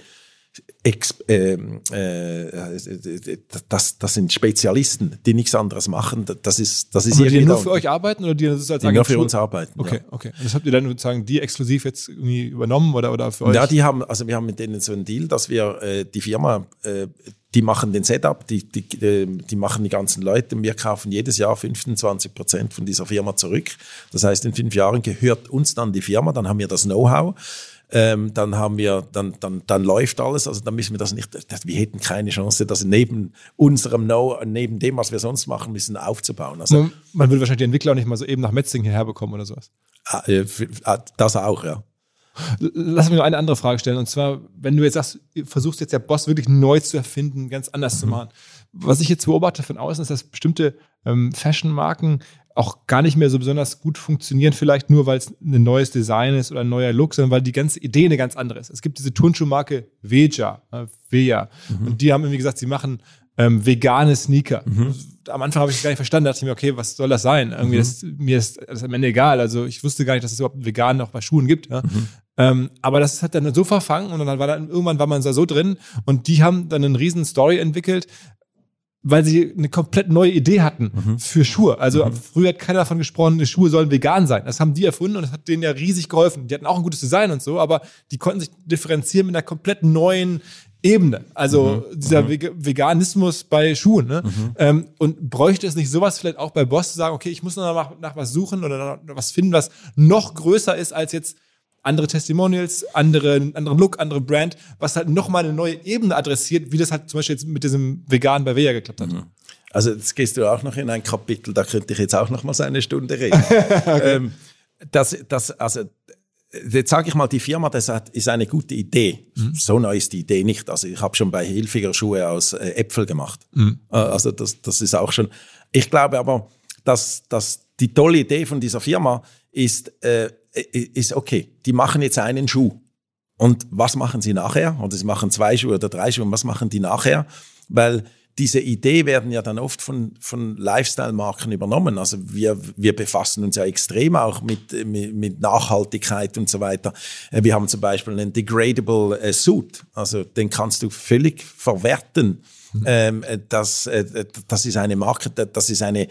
das sind Spezialisten, die nichts anderes machen. Das ist die nur für euch arbeiten oder die das als Agentur? Die nur für uns arbeiten. Okay, ja. Okay. Und das habt ihr dann sozusagen die exklusiv jetzt irgendwie übernommen oder für euch? Ja, wir haben mit denen so einen Deal, dass wir die Firma, die machen den Setup, die machen die ganzen Leute. Wir kaufen jedes Jahr 25% von dieser Firma zurück. Das heißt, in 5 Jahren gehört uns dann die Firma, dann haben wir das Know-how. Dann haben wir, dann läuft alles, also dann müssen wir das nicht, wir hätten keine Chance, das neben unserem neben dem, was wir sonst machen müssen, aufzubauen. Also, man will wahrscheinlich die Entwickler auch nicht mal so eben nach Metzing hierher bekommen oder sowas. Das auch, ja. Lass mich noch eine andere Frage stellen, und zwar, wenn du jetzt sagst, versuchst jetzt ja Boss wirklich neu zu erfinden, ganz anders zu machen. Was ich jetzt beobachte von außen, ist, dass bestimmte Fashion-Marken auch gar nicht mehr so besonders gut funktionieren, vielleicht nur, weil es ein neues Design ist oder ein neuer Look, sondern weil die ganze Idee eine ganz andere ist. Es gibt diese Turnschuhmarke Veja. Und die haben irgendwie gesagt, sie machen vegane Sneaker. Am Anfang habe ich gar nicht verstanden, dachte ich mir, okay, was soll das sein? Irgendwie mir ist das am Ende egal. Also ich wusste gar nicht, dass es überhaupt vegan noch bei Schuhen gibt. Ja? Aber das hat dann so verfangen und dann irgendwann war man da so drin und die haben dann eine riesen Story entwickelt, weil sie eine komplett neue Idee hatten für Schuhe. Also früher hat keiner davon gesprochen, die Schuhe sollen vegan sein. Das haben die erfunden und das hat denen ja riesig geholfen. Die hatten auch ein gutes Design und so, aber die konnten sich differenzieren mit einer komplett neuen Ebene. Also dieser Veganismus bei Schuhen. Ne? Und bräuchte es nicht sowas vielleicht auch bei Boss zu sagen, okay, ich muss noch nach was suchen oder nach was finden, was noch größer ist als jetzt andere Testimonials, anderen Look, andere Brand, was halt nochmal eine neue Ebene adressiert, wie das halt zum Beispiel jetzt mit diesem Vegan bei Veja geklappt hat. Also jetzt gehst du auch noch in ein Kapitel, da könnte ich jetzt auch noch mal so eine Stunde reden. Okay. Also jetzt sage ich mal, die Firma, ist eine gute Idee. So neu ist die Idee nicht. Also ich habe schon bei Hilfiger Schuhe aus Äpfel gemacht. Also das ist auch schon. Ich glaube aber, dass die tolle Idee von dieser Firma ist okay. Die machen jetzt einen Schuh. Und was machen sie nachher? Oder sie machen 2 Schuhe oder 3 Schuhe. Und was machen die nachher? Weil diese Idee werden ja dann oft von Lifestyle-Marken übernommen. Also wir befassen uns ja extrem auch mit Nachhaltigkeit und so weiter. Wir haben zum Beispiel einen degradable Suit. Also den kannst du völlig verwerten. Das ist eine Marke, das ist eine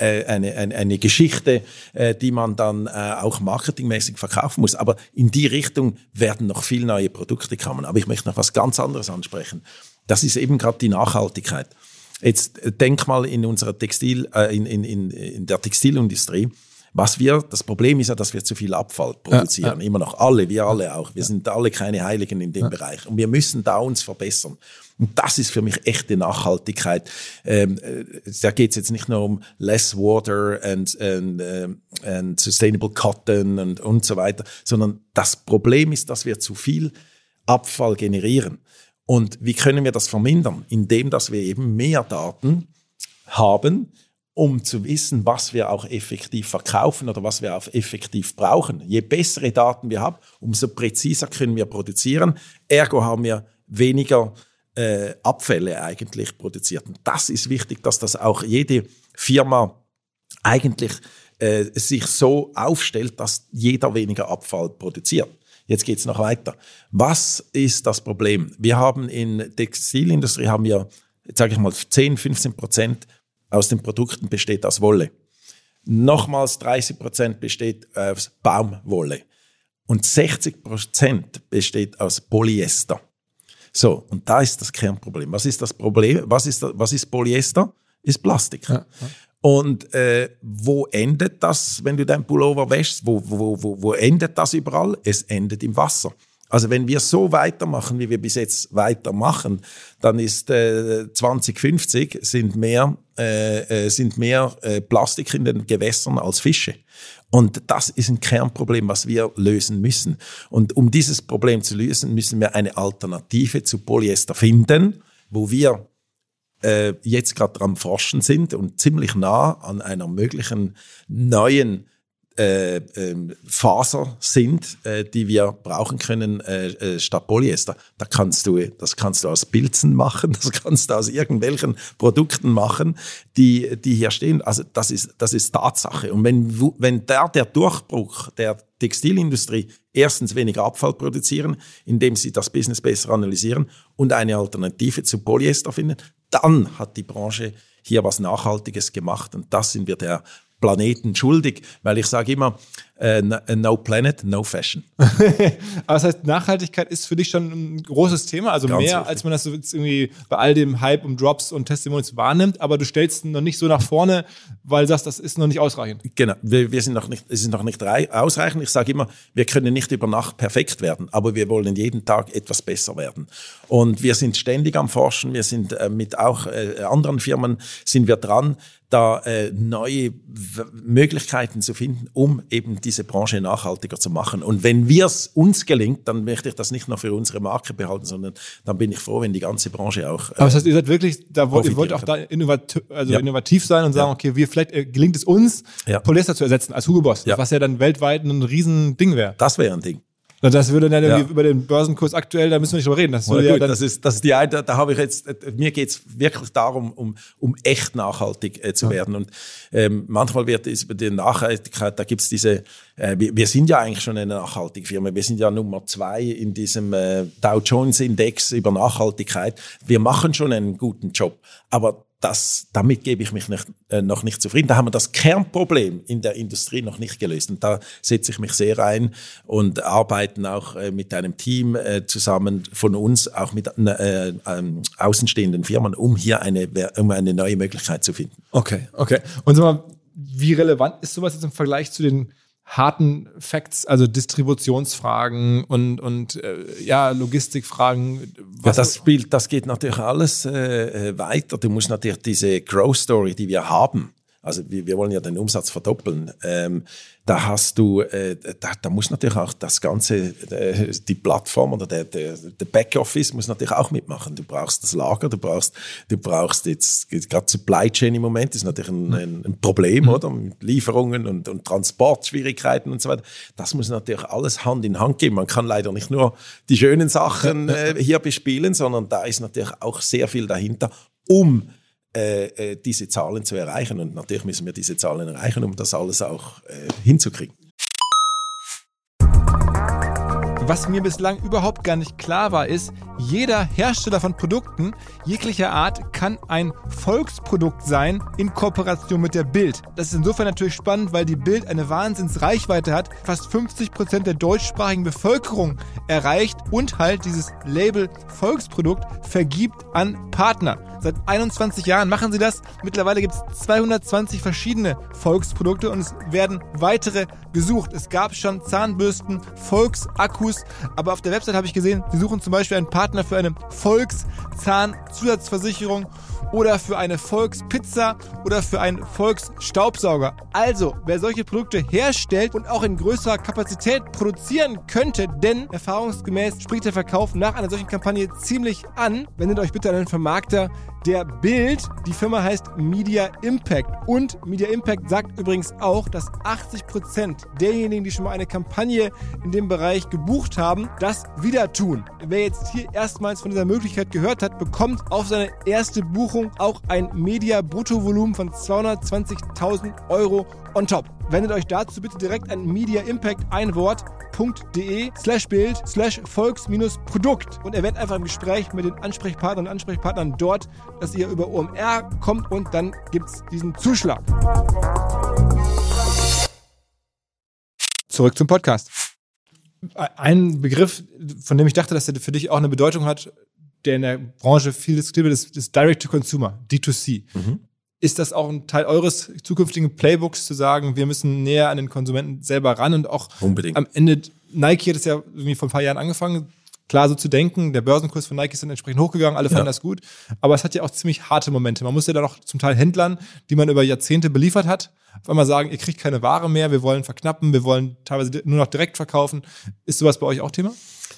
eine Geschichte, die man dann auch marketingmäßig verkaufen muss. Aber in die Richtung werden noch viel neue Produkte kommen. Aber ich möchte noch was ganz anderes ansprechen. Das ist eben gerade die Nachhaltigkeit. Jetzt denk mal in unserer in der Textilindustrie. Das Problem ist ja, dass wir zu viel Abfall produzieren. Immer noch. Wir alle auch. Wir sind alle keine Heiligen in dem Bereich. Und wir müssen da uns verbessern. Und das ist für mich echte Nachhaltigkeit. Da geht es jetzt nicht nur um less water and sustainable cotton und so weiter, sondern das Problem ist, dass wir zu viel Abfall generieren. Und wie können wir das vermindern? Indem, dass wir eben mehr Daten haben, um zu wissen, was wir auch effektiv verkaufen oder was wir auch effektiv brauchen. Je bessere Daten wir haben, umso präziser können wir produzieren. Ergo haben wir weniger Abfälle eigentlich produziert. Und das ist wichtig, dass das auch jede Firma eigentlich sich so aufstellt, dass jeder weniger Abfall produziert. Jetzt geht's noch weiter. Was ist das Problem? Wir haben in der Textilindustrie, jetzt sage ich mal, 10-15% aus den Produkten besteht aus Wolle. Nochmals 30% besteht aus Baumwolle. Und 60% besteht aus Polyester. So, und da ist das Kernproblem. Was ist das Problem? Was ist Polyester? Ist Plastik. Ja. Und wo endet das, wenn du deinen Pullover wäschst? Wo endet das überall? Es endet im Wasser. Also wenn wir so weitermachen, wie wir bis jetzt weitermachen, dann ist 2050 sind mehr Plastik in den Gewässern als Fische. Und das ist ein Kernproblem, was wir lösen müssen. Und um dieses Problem zu lösen, müssen wir eine Alternative zu Polyester finden, wo wir jetzt gerade dran forschen sind und ziemlich nah an einer möglichen neuen Faser sind, die wir brauchen können statt Polyester. Das kannst du aus Pilzen machen, das kannst du aus irgendwelchen Produkten machen, die hier stehen. Also das ist Tatsache. Und wenn der Durchbruch der Textilindustrie erstens weniger Abfall produzieren, indem sie das Business besser analysieren und eine Alternative zu Polyester finden, dann hat die Branche hier was Nachhaltiges gemacht. Und das sind wir der Planeten schuldig, weil ich sage immer, no planet, no fashion. Aber das heißt, Nachhaltigkeit ist für dich schon ein großes Thema, also ganz mehr, richtig, als man das so jetzt irgendwie bei all dem Hype um Drops und Testimonials wahrnimmt, aber du stellst noch nicht so nach vorne, weil du sagst, das ist noch nicht ausreichend. Genau, es ist noch nicht ausreichend. Ich sage immer, wir können nicht über Nacht perfekt werden, aber wir wollen jeden Tag etwas besser werden. Und wir sind ständig am Forschen, wir sind mit auch anderen Firmen sind wir dran, da neue Möglichkeiten zu finden, um eben diese Branche nachhaltiger zu machen. Und wenn uns gelingt, dann möchte ich das nicht nur für unsere Marke behalten, sondern dann bin ich froh, wenn die ganze Branche auch aber das heißt, ihr seid wirklich, ihr wollt auch da innovativ sein und sagen, okay, vielleicht gelingt es uns, Polyester zu ersetzen als Hugo Boss, was ja dann weltweit ein Riesending wäre. Das wäre ein Ding. Das würde dann über den Börsenkurs aktuell, da müssen wir nicht drüber reden. Das ist die eine, da habe ich jetzt, mir geht's wirklich darum, um echt nachhaltig zu werden. Und manchmal wird es über die Nachhaltigkeit, da gibt's diese, wir sind ja eigentlich schon eine nachhaltige Firma, wir sind ja Nummer 2 in diesem Dow Jones Index über Nachhaltigkeit. Wir machen schon einen guten Job, aber damit gebe ich mich noch nicht zufrieden. Da haben wir das Kernproblem in der Industrie noch nicht gelöst. Und da setze ich mich sehr ein und arbeiten auch mit einem Team zusammen von uns, auch mit außenstehenden Firmen, um hier eine neue Möglichkeit zu finden. Okay. Und sag mal, wie relevant ist sowas jetzt im Vergleich zu den harten Facts, also Distributionsfragen und Logistikfragen? Das geht natürlich alles weiter. Du musst natürlich diese Growth Story, die wir haben, also wir wollen ja den Umsatz verdoppeln, da hast du, da muss natürlich auch das Ganze, die Plattform oder der Backoffice muss natürlich auch mitmachen. Du brauchst das Lager, du brauchst jetzt gerade Supply Chain im Moment ist natürlich ein Problem, oder? Mit Lieferungen und Transportschwierigkeiten und so weiter. Das muss natürlich alles Hand in Hand gehen. Man kann leider nicht nur die schönen Sachen hier bespielen, sondern da ist natürlich auch sehr viel dahinter, um diese Zahlen zu erreichen. Und natürlich müssen wir diese Zahlen erreichen, um das alles auch hinzukriegen. Was mir bislang überhaupt gar nicht klar war, ist, jeder Hersteller von Produkten jeglicher Art kann ein Volksprodukt sein in Kooperation mit der Bild. Das ist insofern natürlich spannend, weil die Bild eine Wahnsinnsreichweite hat, fast 50% der deutschsprachigen Bevölkerung erreicht und halt dieses Label Volksprodukt vergibt an Partner. Seit 21 Jahren machen sie das. Mittlerweile gibt es 220 verschiedene Volksprodukte und es werden weitere gesucht. Es gab schon Zahnbürsten, Volksakkus, aber auf der Website habe ich gesehen, sie suchen zum Beispiel einen Partner für eine Volkszahnzusatzversicherung oder für eine Volkspizza oder für einen Volksstaubsauger. Also, wer solche Produkte herstellt und auch in größerer Kapazität produzieren könnte, denn erfahrungsgemäß spricht der Verkauf nach einer solchen Kampagne ziemlich an, wendet euch bitte an einen Vermarkter der Bild. Die Firma heißt Media Impact und Media Impact sagt übrigens auch, dass 80% derjenigen, die schon mal eine Kampagne in dem Bereich gebucht haben, das wieder tun. Wer jetzt hier erstmals von dieser Möglichkeit gehört hat, bekommt auf seine erste Buchung auch ein Media-Bruttovolumen von 220.000 € on top. Wendet euch dazu bitte direkt an Media Impact einwort.de/bild/volks-produkt und erwähnt einfach im Gespräch mit den Ansprechpartnern und Ansprechpartnern dort, dass ihr über OMR kommt und dann gibt's diesen Zuschlag. Zurück zum Podcast. Ein Begriff, von dem ich dachte, dass er für dich auch eine Bedeutung hat, der in der Branche viel diskutiert wird, ist Direct-to-Consumer, D2C. Ist das auch ein Teil eures zukünftigen Playbooks, zu sagen, wir müssen näher an den Konsumenten selber ran und auch Unbedingt. Am Ende, Nike hat es ja irgendwie vor ein paar Jahren angefangen, klar so zu denken, der Börsenkurs von Nike ist dann entsprechend hochgegangen, alle fanden das gut, aber es hat ja auch ziemlich harte Momente. Man muss ja dann auch zum Teil Händlern, die man über Jahrzehnte beliefert hat, auf einmal sagen, ihr kriegt keine Ware mehr, wir wollen verknappen, wir wollen teilweise nur noch direkt verkaufen. Ist sowas bei euch auch Thema?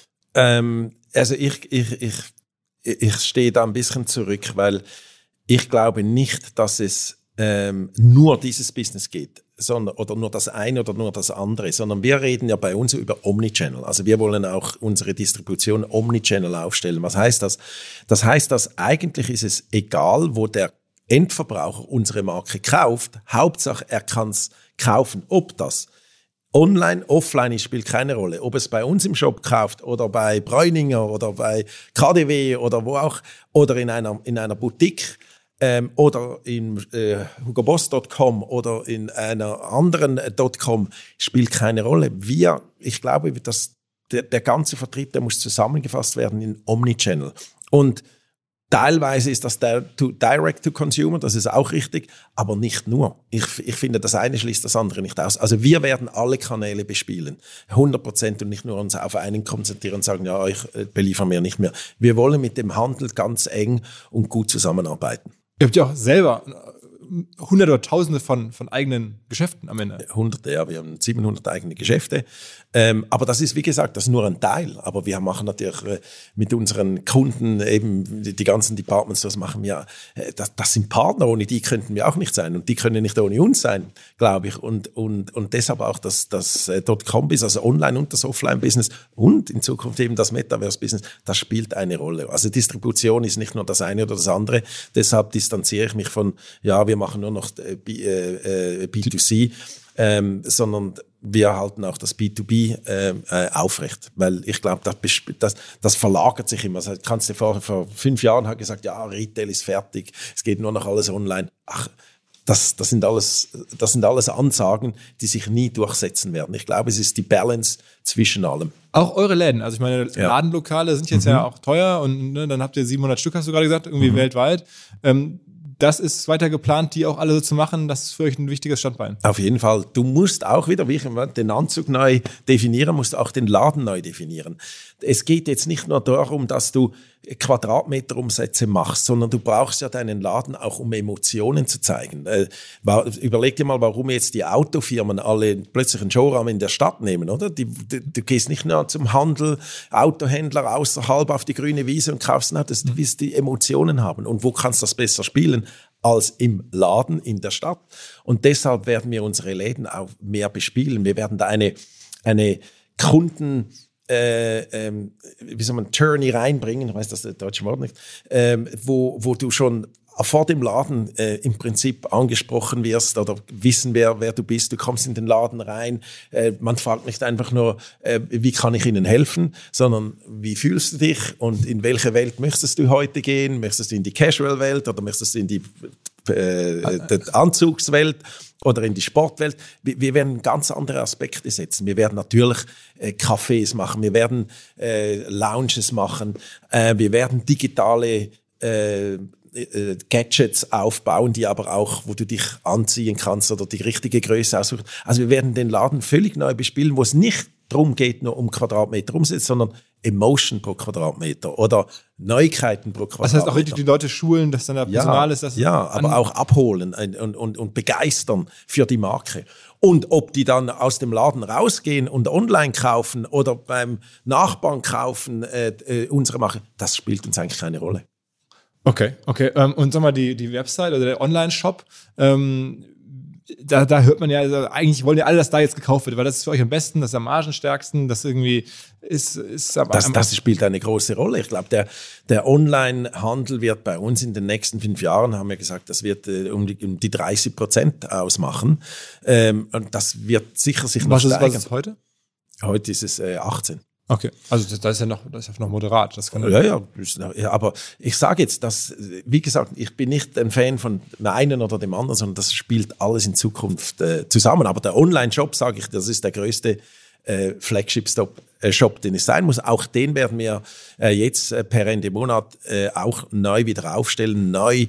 Also ich stehe da ein bisschen zurück, weil ich glaube nicht, dass es nur dieses Business geht, sondern oder nur das eine oder nur das andere, sondern wir reden ja bei uns über Omnichannel. Also wir wollen auch unsere Distribution Omnichannel aufstellen. Was heißt das? Das heißt, dass eigentlich ist es egal, wo der Endverbraucher unsere Marke kauft. Hauptsache, er kann es kaufen. Ob das online, offline ist, spielt keine Rolle. Ob es bei uns im Shop kauft oder bei Bräuninger oder bei KDW oder wo auch oder in einer Boutique oder in hugoboss.com oder in einer anderen .com, spielt keine Rolle. Ich glaube, dass der ganze Vertrieb, der muss zusammengefasst werden in Omnichannel. Und teilweise ist das Direct to Consumer, das ist auch richtig, aber nicht nur. Ich finde, das eine schließt das andere nicht aus. Also wir werden alle Kanäle bespielen, 100% und nicht nur uns auf einen konzentrieren und sagen, ja, ich beliefere mir nicht mehr. Wir wollen mit dem Handel ganz eng und gut zusammenarbeiten. Ihr habt ja auch selber Hunderte oder Tausende von eigenen Geschäften am Ende. Hunderte, ja, wir haben 700 eigene Geschäfte. Aber das ist, wie gesagt, das ist nur ein Teil. Aber wir machen natürlich mit unseren Kunden eben die ganzen Departments, das machen wir, das sind Partner, ohne die könnten wir auch nicht sein. Und die können nicht ohne uns sein, glaube ich. Und deshalb auch das .com-Business, also Online- und das Offline-Business und in Zukunft eben das Metaverse-Business, das spielt eine Rolle. Also Distribution ist nicht nur das eine oder das andere. Deshalb distanziere ich mich von, ja, wir machen nur noch B2C, sondern wir halten auch das B2B aufrecht, weil ich glaube, das verlagert sich immer. Also kannst du vor 5 Jahren gesagt, ja, Retail ist fertig, es geht nur noch alles online. Ach, das sind alles Ansagen, die sich nie durchsetzen werden. Ich glaube, es ist die Balance zwischen allem. Auch eure Läden, also ich meine, Ladenlokale sind jetzt ja auch teuer und dann habt ihr 700 Stück, hast du gerade gesagt, irgendwie weltweit. Das ist weiter geplant, die auch alle so zu machen. Das ist für euch ein wichtiges Standbein. Auf jeden Fall. Du musst auch wieder, wie ich den Anzug neu definieren, musst auch den Laden neu definieren. Es geht jetzt nicht nur darum, dass du Quadratmeterumsätze machst, sondern du brauchst ja deinen Laden auch, um Emotionen zu zeigen. Überleg dir mal, warum jetzt die Autofirmen alle plötzlich einen Showroom in der Stadt nehmen, oder? Du gehst nicht nur zum Handel, Autohändler außerhalb auf die grüne Wiese und kaufst ein Auto, du willst die Emotionen haben. Und wo kannst du das besser spielen als im Laden in der Stadt? Und deshalb werden wir unsere Läden auch mehr bespielen. Wir werden da eine Kunden wie soll man Journey reinbringen, ich weiß das der deutsche Wort nicht, wo du schon vor dem Laden im Prinzip angesprochen wirst oder wissen, wer du bist. Du kommst in den Laden rein. Man fragt nicht einfach nur, wie kann ich Ihnen helfen, sondern wie fühlst du dich und in welche Welt möchtest du heute gehen? Möchtest du in die Casual-Welt oder möchtest du in die Anzugswelt oder in die Sportwelt? Wir werden ganz andere Aspekte setzen. Wir werden natürlich Cafés machen, wir werden Lounges machen, wir werden digitale Gadgets aufbauen, die aber auch, wo du dich anziehen kannst oder die richtige Größe aussuchen. Also wir werden den Laden völlig neu bespielen, wo es nicht darum geht, nur um Quadratmeter Umsatz, sondern Emotion pro Quadratmeter oder Neuigkeiten pro Quadratmeter. Das heißt auch richtig die Leute schulen, dass dann da Personal ist. Das aber auch abholen und begeistern für die Marke. Und ob die dann aus dem Laden rausgehen und online kaufen oder beim Nachbarn kaufen, unsere Marke, das spielt uns eigentlich keine Rolle. Okay. Und sag mal, die Website oder der Online-Shop, da hört man ja, also eigentlich wollen ja alle, dass da jetzt gekauft wird, weil das ist für euch am besten, das ist am margenstärksten, das irgendwie ist das spielt eine große Rolle. Ich glaube, der Online-Handel wird bei uns in den nächsten 5 Jahren, haben wir gesagt, das wird um die 30% ausmachen. Und das wird sicher sich noch steigen. Was ist heute? Heute ist es 18. Okay, also das ist ja noch moderat. Das kann ja, aber ich sage jetzt, dass, wie gesagt, ich bin nicht ein Fan von dem einen oder dem anderen, sondern das spielt alles in Zukunft zusammen. Aber der Online-Shop, sage ich, das ist der größte Flagship-Shop, den es sein muss. Auch den werden wir jetzt per Ende Monat auch neu wieder aufstellen, neu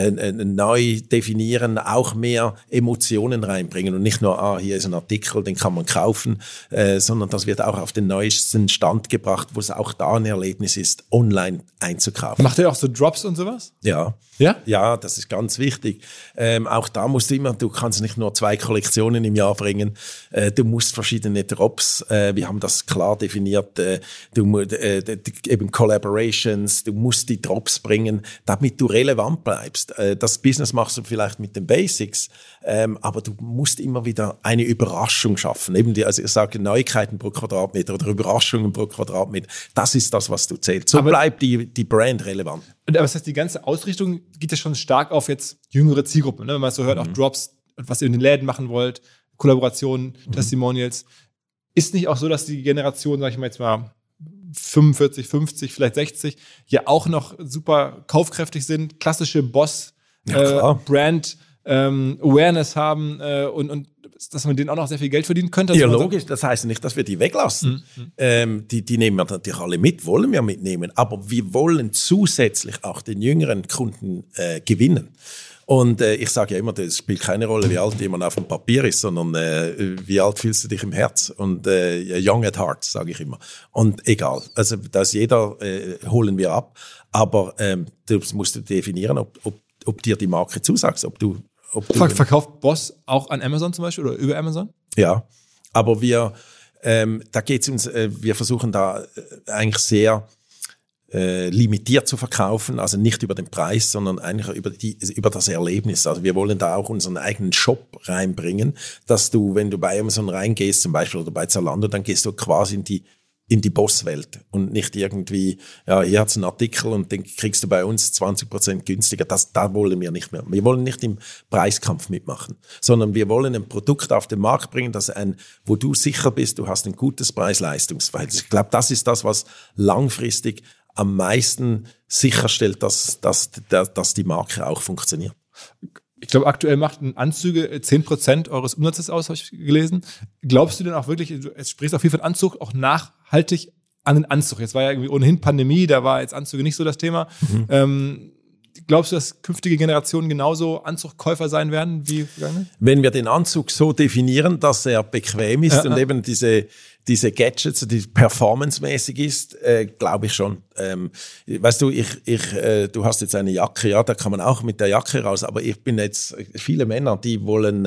definieren, auch mehr Emotionen reinbringen und nicht nur, hier ist ein Artikel, den kann man kaufen, sondern das wird auch auf den neuesten Stand gebracht, wo es auch da ein Erlebnis ist, online einzukaufen. Macht ihr auch so Drops und sowas? Ja. Ja? Ja, das ist ganz wichtig. Auch da musst du kannst nicht nur 2 Kollektionen im Jahr bringen, du musst verschiedene Drops, wir haben das klar definiert, eben Collaborations, du musst die Drops bringen, damit du relevant bleibst. Das Business machst du vielleicht mit den Basics, aber du musst immer wieder eine Überraschung schaffen. Eben also ich sage Neuigkeiten pro Quadratmeter oder Überraschungen pro Quadratmeter, das ist das, was du zählst. So bleibt die Brand relevant. Aber das heißt, die ganze Ausrichtung geht ja schon stark auf jetzt jüngere Zielgruppen, ne? Wenn man so hört, auch Drops, was ihr in den Läden machen wollt, Kollaborationen, Testimonials. Ist nicht auch so, dass die Generation, sag ich mal jetzt mal 45, 50, vielleicht 60, ja auch noch super kaufkräftig sind, klassische Boss-Brand Awareness haben und dass man denen auch noch sehr viel Geld verdienen könnte? Ja, logisch. Das heißt nicht, dass wir die weglassen. Die nehmen wir natürlich alle mit, wollen wir mitnehmen. Aber wir wollen zusätzlich auch den jüngeren Kunden gewinnen. Und ich sage ja immer, das spielt keine Rolle, wie alt jemand auf dem Papier ist, sondern wie alt fühlst du dich im Herz? Und young at heart, sage ich immer. Und egal, also das jeder holen wir ab. Aber das musst du definieren, ob dir die Marke zusagt, ob du Verkauft Boss auch an Amazon zum Beispiel oder über Amazon? Ja, aber da geht's uns, wir versuchen da eigentlich sehr limitiert zu verkaufen, also nicht über den Preis, sondern eigentlich über das Erlebnis. Also wir wollen da auch unseren eigenen Shop reinbringen, dass du, wenn du bei Amazon reingehst zum Beispiel oder bei Zalando, dann gehst du quasi in die Bosswelt und nicht irgendwie, ja, hier hat's einen Artikel und den kriegst du bei uns 20% günstiger. Da wollen wir nicht mehr. Wir wollen nicht im Preiskampf mitmachen, sondern wir wollen ein Produkt auf den Markt bringen, wo du sicher bist, du hast ein gutes Preis-Leistungs-Verhältnis. Ich glaube, das ist das, was langfristig am meisten sicherstellt, dass die Marke auch funktioniert. Ich glaube, aktuell machten Anzüge 10% eures Umsatzes aus, habe ich gelesen. Glaubst du denn auch wirklich, du sprichst auch viel von Anzug, auch nachhaltig an den Anzug? Jetzt war ja irgendwie ohnehin Pandemie, da war jetzt Anzüge nicht so das Thema. Glaubst du, dass künftige Generationen genauso Anzugkäufer sein werden wie vergangene? Wenn wir den Anzug so definieren, dass er bequem ist und eben diese Gadgets, die performancemäßig ist, glaube ich schon. Weißt du, du hast jetzt eine Jacke, ja, da kann man auch mit der Jacke raus, aber ich bin jetzt, viele Männer, die wollen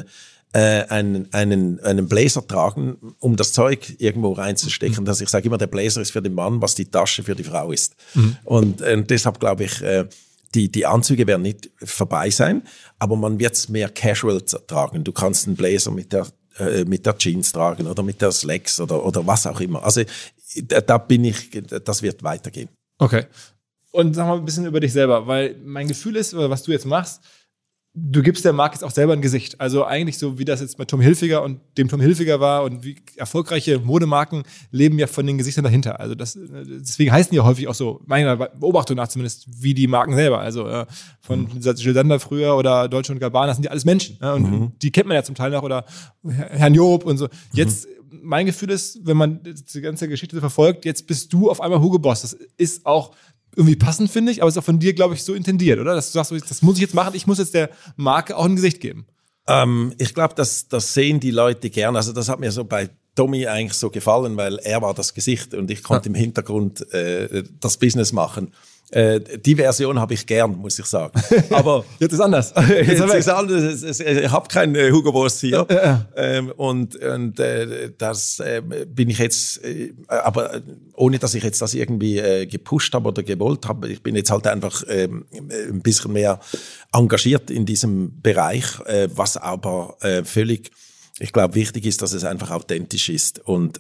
einen Blazer tragen, um das Zeug irgendwo reinzustecken. Ich sage immer, der Blazer ist für den Mann, was die Tasche für die Frau ist. Und deshalb glaube ich, die Anzüge werden nicht vorbei sein, aber man wird es mehr casual tragen. Du kannst einen Blazer mit der Jeans tragen oder mit der Slacks oder was auch immer. Also das wird weitergehen. Okay. Und sag mal ein bisschen über dich selber, weil mein Gefühl ist, oder was du jetzt machst, du gibst der Marke jetzt auch selber ein Gesicht. Also eigentlich so, wie das jetzt mit Tom Hilfiger und dem Tom Hilfiger war und wie erfolgreiche Modemarken leben ja von den Gesichtern dahinter. Also deswegen heißen die ja häufig auch so, meiner Beobachtung nach zumindest, wie die Marken selber. Also von Jill Sander früher oder Dolce & Gabbana, das sind ja alles Menschen. Und die kennt man ja zum Teil noch oder Herrn Job und so. Jetzt, mein Gefühl ist, wenn man die ganze Geschichte verfolgt, jetzt bist du auf einmal Hugo Boss. Das ist auch irgendwie passend, finde ich, aber es ist auch von dir, glaube ich, so intendiert, oder? Dass du sagst, das muss ich jetzt machen, ich muss jetzt der Marke auch ein Gesicht geben. Ich glaube, das sehen die Leute gern. Also das hat mir so bei Tommy eigentlich so gefallen, weil er war das Gesicht und ich konnte im Hintergrund das Business machen. Die Version habe ich gern, muss ich sagen. Aber jetzt ist anders. Jetzt ist anders. Ich habe keinen Hugo Boss hier. Und das bin ich jetzt, aber ohne dass ich jetzt das irgendwie gepusht habe oder gewollt habe. Ich bin jetzt halt einfach ein bisschen mehr engagiert in diesem Bereich, was aber völlig, ich glaube, wichtig ist, dass es einfach authentisch ist. Und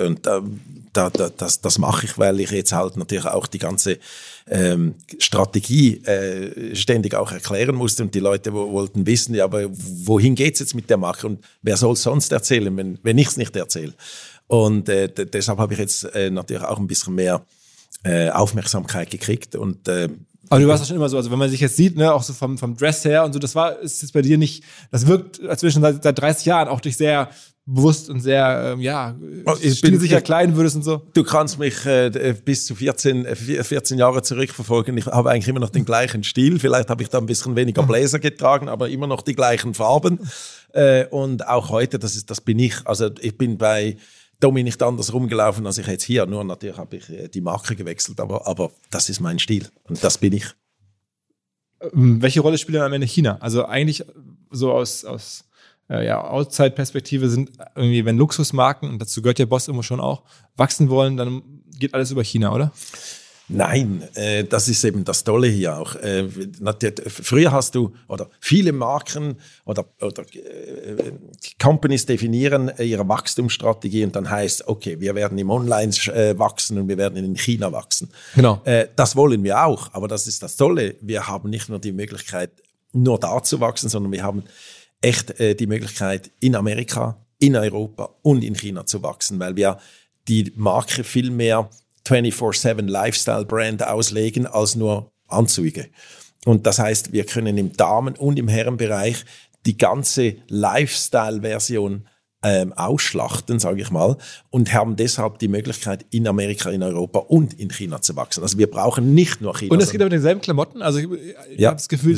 das mache ich, weil ich jetzt halt natürlich auch die ganze Strategie ständig auch erklären musste und die Leute wollten wissen, ja, aber wohin geht's jetzt mit der Marke und wer soll es sonst erzählen, wenn ich es nicht erzähle? Und deshalb habe ich jetzt natürlich auch ein bisschen mehr Aufmerksamkeit gekriegt und aber du warst doch schon immer so, also wenn man sich jetzt sieht, ne, auch so vom Dress her und so, ist jetzt bei dir nicht, das wirkt, als wenn du schon seit 30 Jahren auch dich sehr bewusst und sehr, stilsicher kleiden würdest und so. Du kannst mich bis zu 14 Jahre zurückverfolgen. Ich habe eigentlich immer noch den gleichen Stil. Vielleicht habe ich da ein bisschen weniger Bläser getragen, aber immer noch die gleichen Farben. Und auch heute, das bin ich. Also ich bin bei Tommy nicht anders rumgelaufen, als ich jetzt hier. Nur natürlich habe ich die Marke gewechselt, aber das ist mein Stil und das bin ich. Welche Rolle spielt dann am Ende China? Also eigentlich so aus Outside-Perspektive sind irgendwie, wenn Luxusmarken, und dazu gehört ja Boss immer schon auch, wachsen wollen, dann geht alles über China, oder? Nein, das ist eben das Tolle hier auch. Früher hast du, oder viele Marken oder Companies definieren ihre Wachstumsstrategie und dann heißt, okay, wir werden im Online wachsen und wir werden in China wachsen. Genau. Das wollen wir auch, aber das ist das Tolle. Wir haben nicht nur die Möglichkeit, nur da zu wachsen, sondern wir haben echt die Möglichkeit, in Amerika, in Europa und in China zu wachsen, weil wir die Marke viel mehr 24/7 Lifestyle-Brand auslegen als nur Anzüge. Und das heißt, wir können im Damen- und im Herrenbereich die ganze Lifestyle-Version ausschlachten, sage ich mal, und haben deshalb die Möglichkeit, in Amerika, in Europa und in China zu wachsen. Also wir brauchen nicht nur China. Und es geht aber denselben Klamotten? Also ich habe das Gefühl,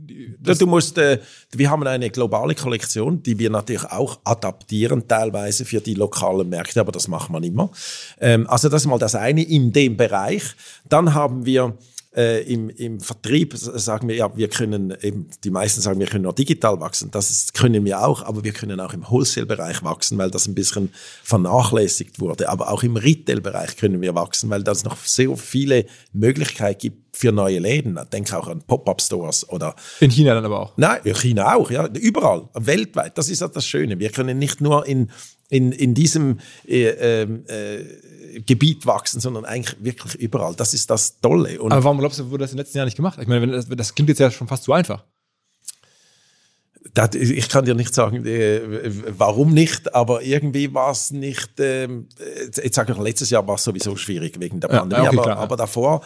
wir haben eine globale Kollektion, die wir natürlich auch adaptieren, teilweise für die lokalen Märkte, aber das macht man immer. Also das ist mal das eine in dem Bereich. Dann haben wir im Vertrieb sagen wir, ja, wir können eben, die meisten sagen, wir können nur digital wachsen. Können wir auch, aber wir können auch im Wholesale-Bereich wachsen, weil das ein bisschen vernachlässigt wurde. Aber auch im Retail-Bereich können wir wachsen, weil das noch sehr viele Möglichkeiten gibt für neue Läden. Denke auch an Pop-up-Stores oder. In China dann aber auch. Nein, in China auch, ja, überall, weltweit. Das ist ja das Schöne. Wir können nicht nur in diesem Gebiet wachsen, sondern eigentlich wirklich überall. Das ist das Tolle. Und aber warum glaubst du, wurde das in den letzten Jahren nicht gemacht? Ich meine, das klingt jetzt ja schon fast zu einfach. Ich kann dir nicht sagen, warum nicht, aber irgendwie war es nicht, jetzt sage ich, letztes Jahr war es sowieso schwierig wegen der Pandemie, ja, okay, aber davor,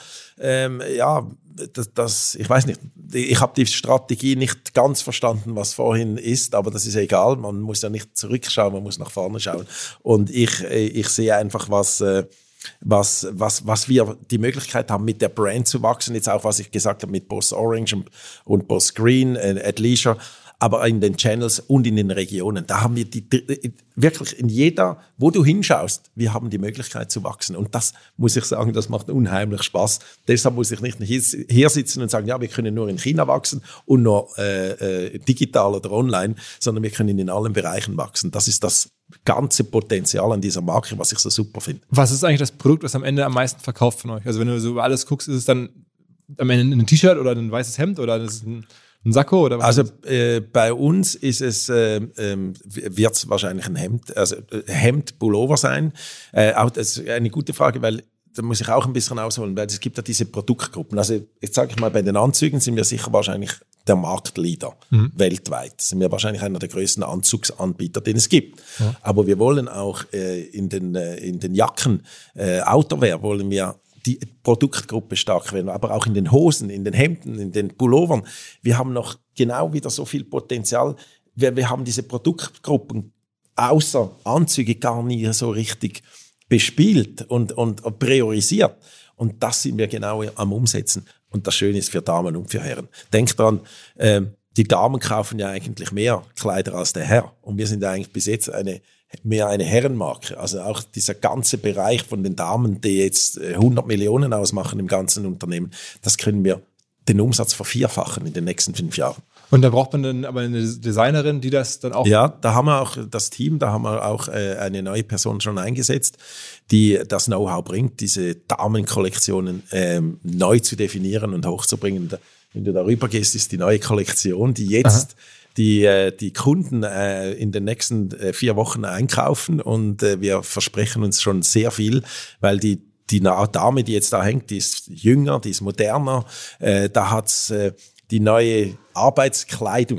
ich weiß nicht, ich habe die Strategie nicht ganz verstanden, was vorhin ist, aber das ist egal, man muss ja nicht zurückschauen, man muss nach vorne schauen und ich sehe einfach, was wir die Möglichkeit haben, mit der Brand zu wachsen, jetzt auch, was ich gesagt habe, mit Boss Orange und Boss Green, Athleisure, aber in den Channels und in den Regionen. Da haben wir wirklich in jeder, wo du hinschaust, wir haben die Möglichkeit zu wachsen. Und das muss ich sagen, das macht unheimlich Spaß. Deshalb muss ich nicht hier sitzen und sagen, ja, wir können nur in China wachsen und nur digital oder online, sondern wir können in allen Bereichen wachsen. Das ist das ganze Potenzial an dieser Marke, was ich so super finde. Was ist eigentlich das Produkt, was am Ende am meisten verkauft von euch? Also wenn du so über alles guckst, ist es dann am Ende ein T-Shirt oder ein weißes Hemd oder ist es ein Sakko oder was? Also bei uns ist es wird es wahrscheinlich ein Hemd, also Hemd Pullover sein. Auch das ist eine gute Frage, weil da muss ich auch ein bisschen ausholen, weil es gibt ja diese Produktgruppen. Also jetzt sage ich mal, bei den Anzügen sind wir sicher wahrscheinlich der Marktleader weltweit. Sind wir wahrscheinlich einer der größten Anzugsanbieter, den es gibt. Ja. Aber wir wollen auch in den Jacken, Outerwear wollen wir die Produktgruppe stark werden, aber auch in den Hosen, in den Hemden, in den Pullovern. Wir haben noch genau wieder so viel Potenzial. Wir haben diese Produktgruppen außer Anzüge gar nie so richtig bespielt und priorisiert. Und das sind wir genau am Umsetzen. Und das Schöne ist für Damen und für Herren. Denkt dran, die Damen kaufen ja eigentlich mehr Kleider als der Herr. Und wir sind eigentlich bis jetzt mehr eine Herrenmarke. Also auch dieser ganze Bereich von den Damen, die jetzt 100 Millionen ausmachen im ganzen Unternehmen, das können wir den Umsatz vervierfachen in den nächsten 5 Jahren. Und da braucht man dann aber eine Designerin, die das dann auch... Ja, da haben wir auch das Team, da haben wir auch eine neue Person schon eingesetzt, die das Know-how bringt, diese Damenkollektionen neu zu definieren und hochzubringen. Wenn du darüber gehst, ist die neue Kollektion, die jetzt die Kunden in den nächsten 4 Wochen einkaufen und wir versprechen uns schon sehr viel, weil die Dame, die jetzt da hängt, die ist jünger, die ist moderner, da hat's die neue Arbeitskleidung,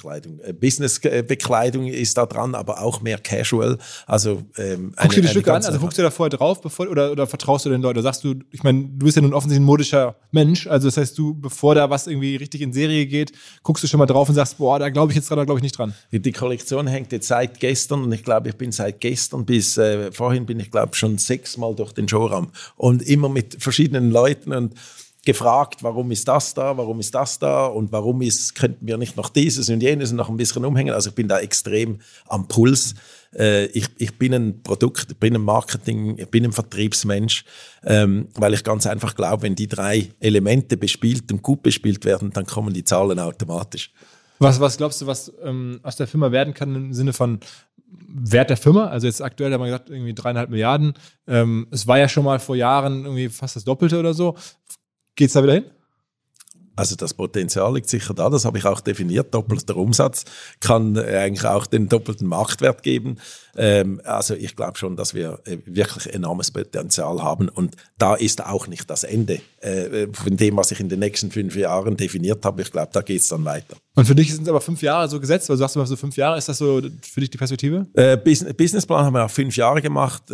Businessbekleidung ist da dran, aber auch mehr casual. Also guckst du die Stücke an? Also guckst du da vorher drauf, oder vertraust du den Leuten? Oder sagst du, ich meine, du bist ja nun offensichtlich ein modischer Mensch, also das heißt, du, bevor da was irgendwie richtig in Serie geht, guckst du schon mal drauf und sagst, boah, da glaube ich jetzt dran, da glaube ich nicht dran. Die Kollektion hängt jetzt seit gestern und ich glaube, ich bin seit gestern bis vorhin bin ich glaube schon 6-mal durch den Showraum und immer mit verschiedenen Leuten und gefragt, warum ist das da und könnten wir nicht noch dieses und jenes und noch ein bisschen umhängen. Also ich bin da extrem am Puls. Ich bin ein Produkt, ich bin ein Marketing, ich bin ein Vertriebsmensch, weil ich ganz einfach glaube, wenn die 3 Elemente bespielt und gut bespielt werden, dann kommen die Zahlen automatisch. Was glaubst du, was aus der Firma werden kann im Sinne von Wert der Firma? Also jetzt aktuell haben wir gesagt, irgendwie 3,5 Milliarden. Es war ja schon mal vor Jahren irgendwie fast das Doppelte oder so. Geht's da wieder hin? Also das Potenzial liegt sicher da, das habe ich auch definiert. Doppelter Umsatz kann eigentlich auch den doppelten Marktwert geben. Also ich glaube schon, dass wir wirklich enormes Potenzial haben und da ist auch nicht das Ende von dem, was ich in den nächsten 5 Jahren definiert habe. Ich glaube, da geht's dann weiter. Und für dich sind es aber 5 Jahre so gesetzt, weil du sagst immer so 5 Jahre, ist das so für dich die Perspektive? Businessplan haben wir auch 5 Jahre gemacht.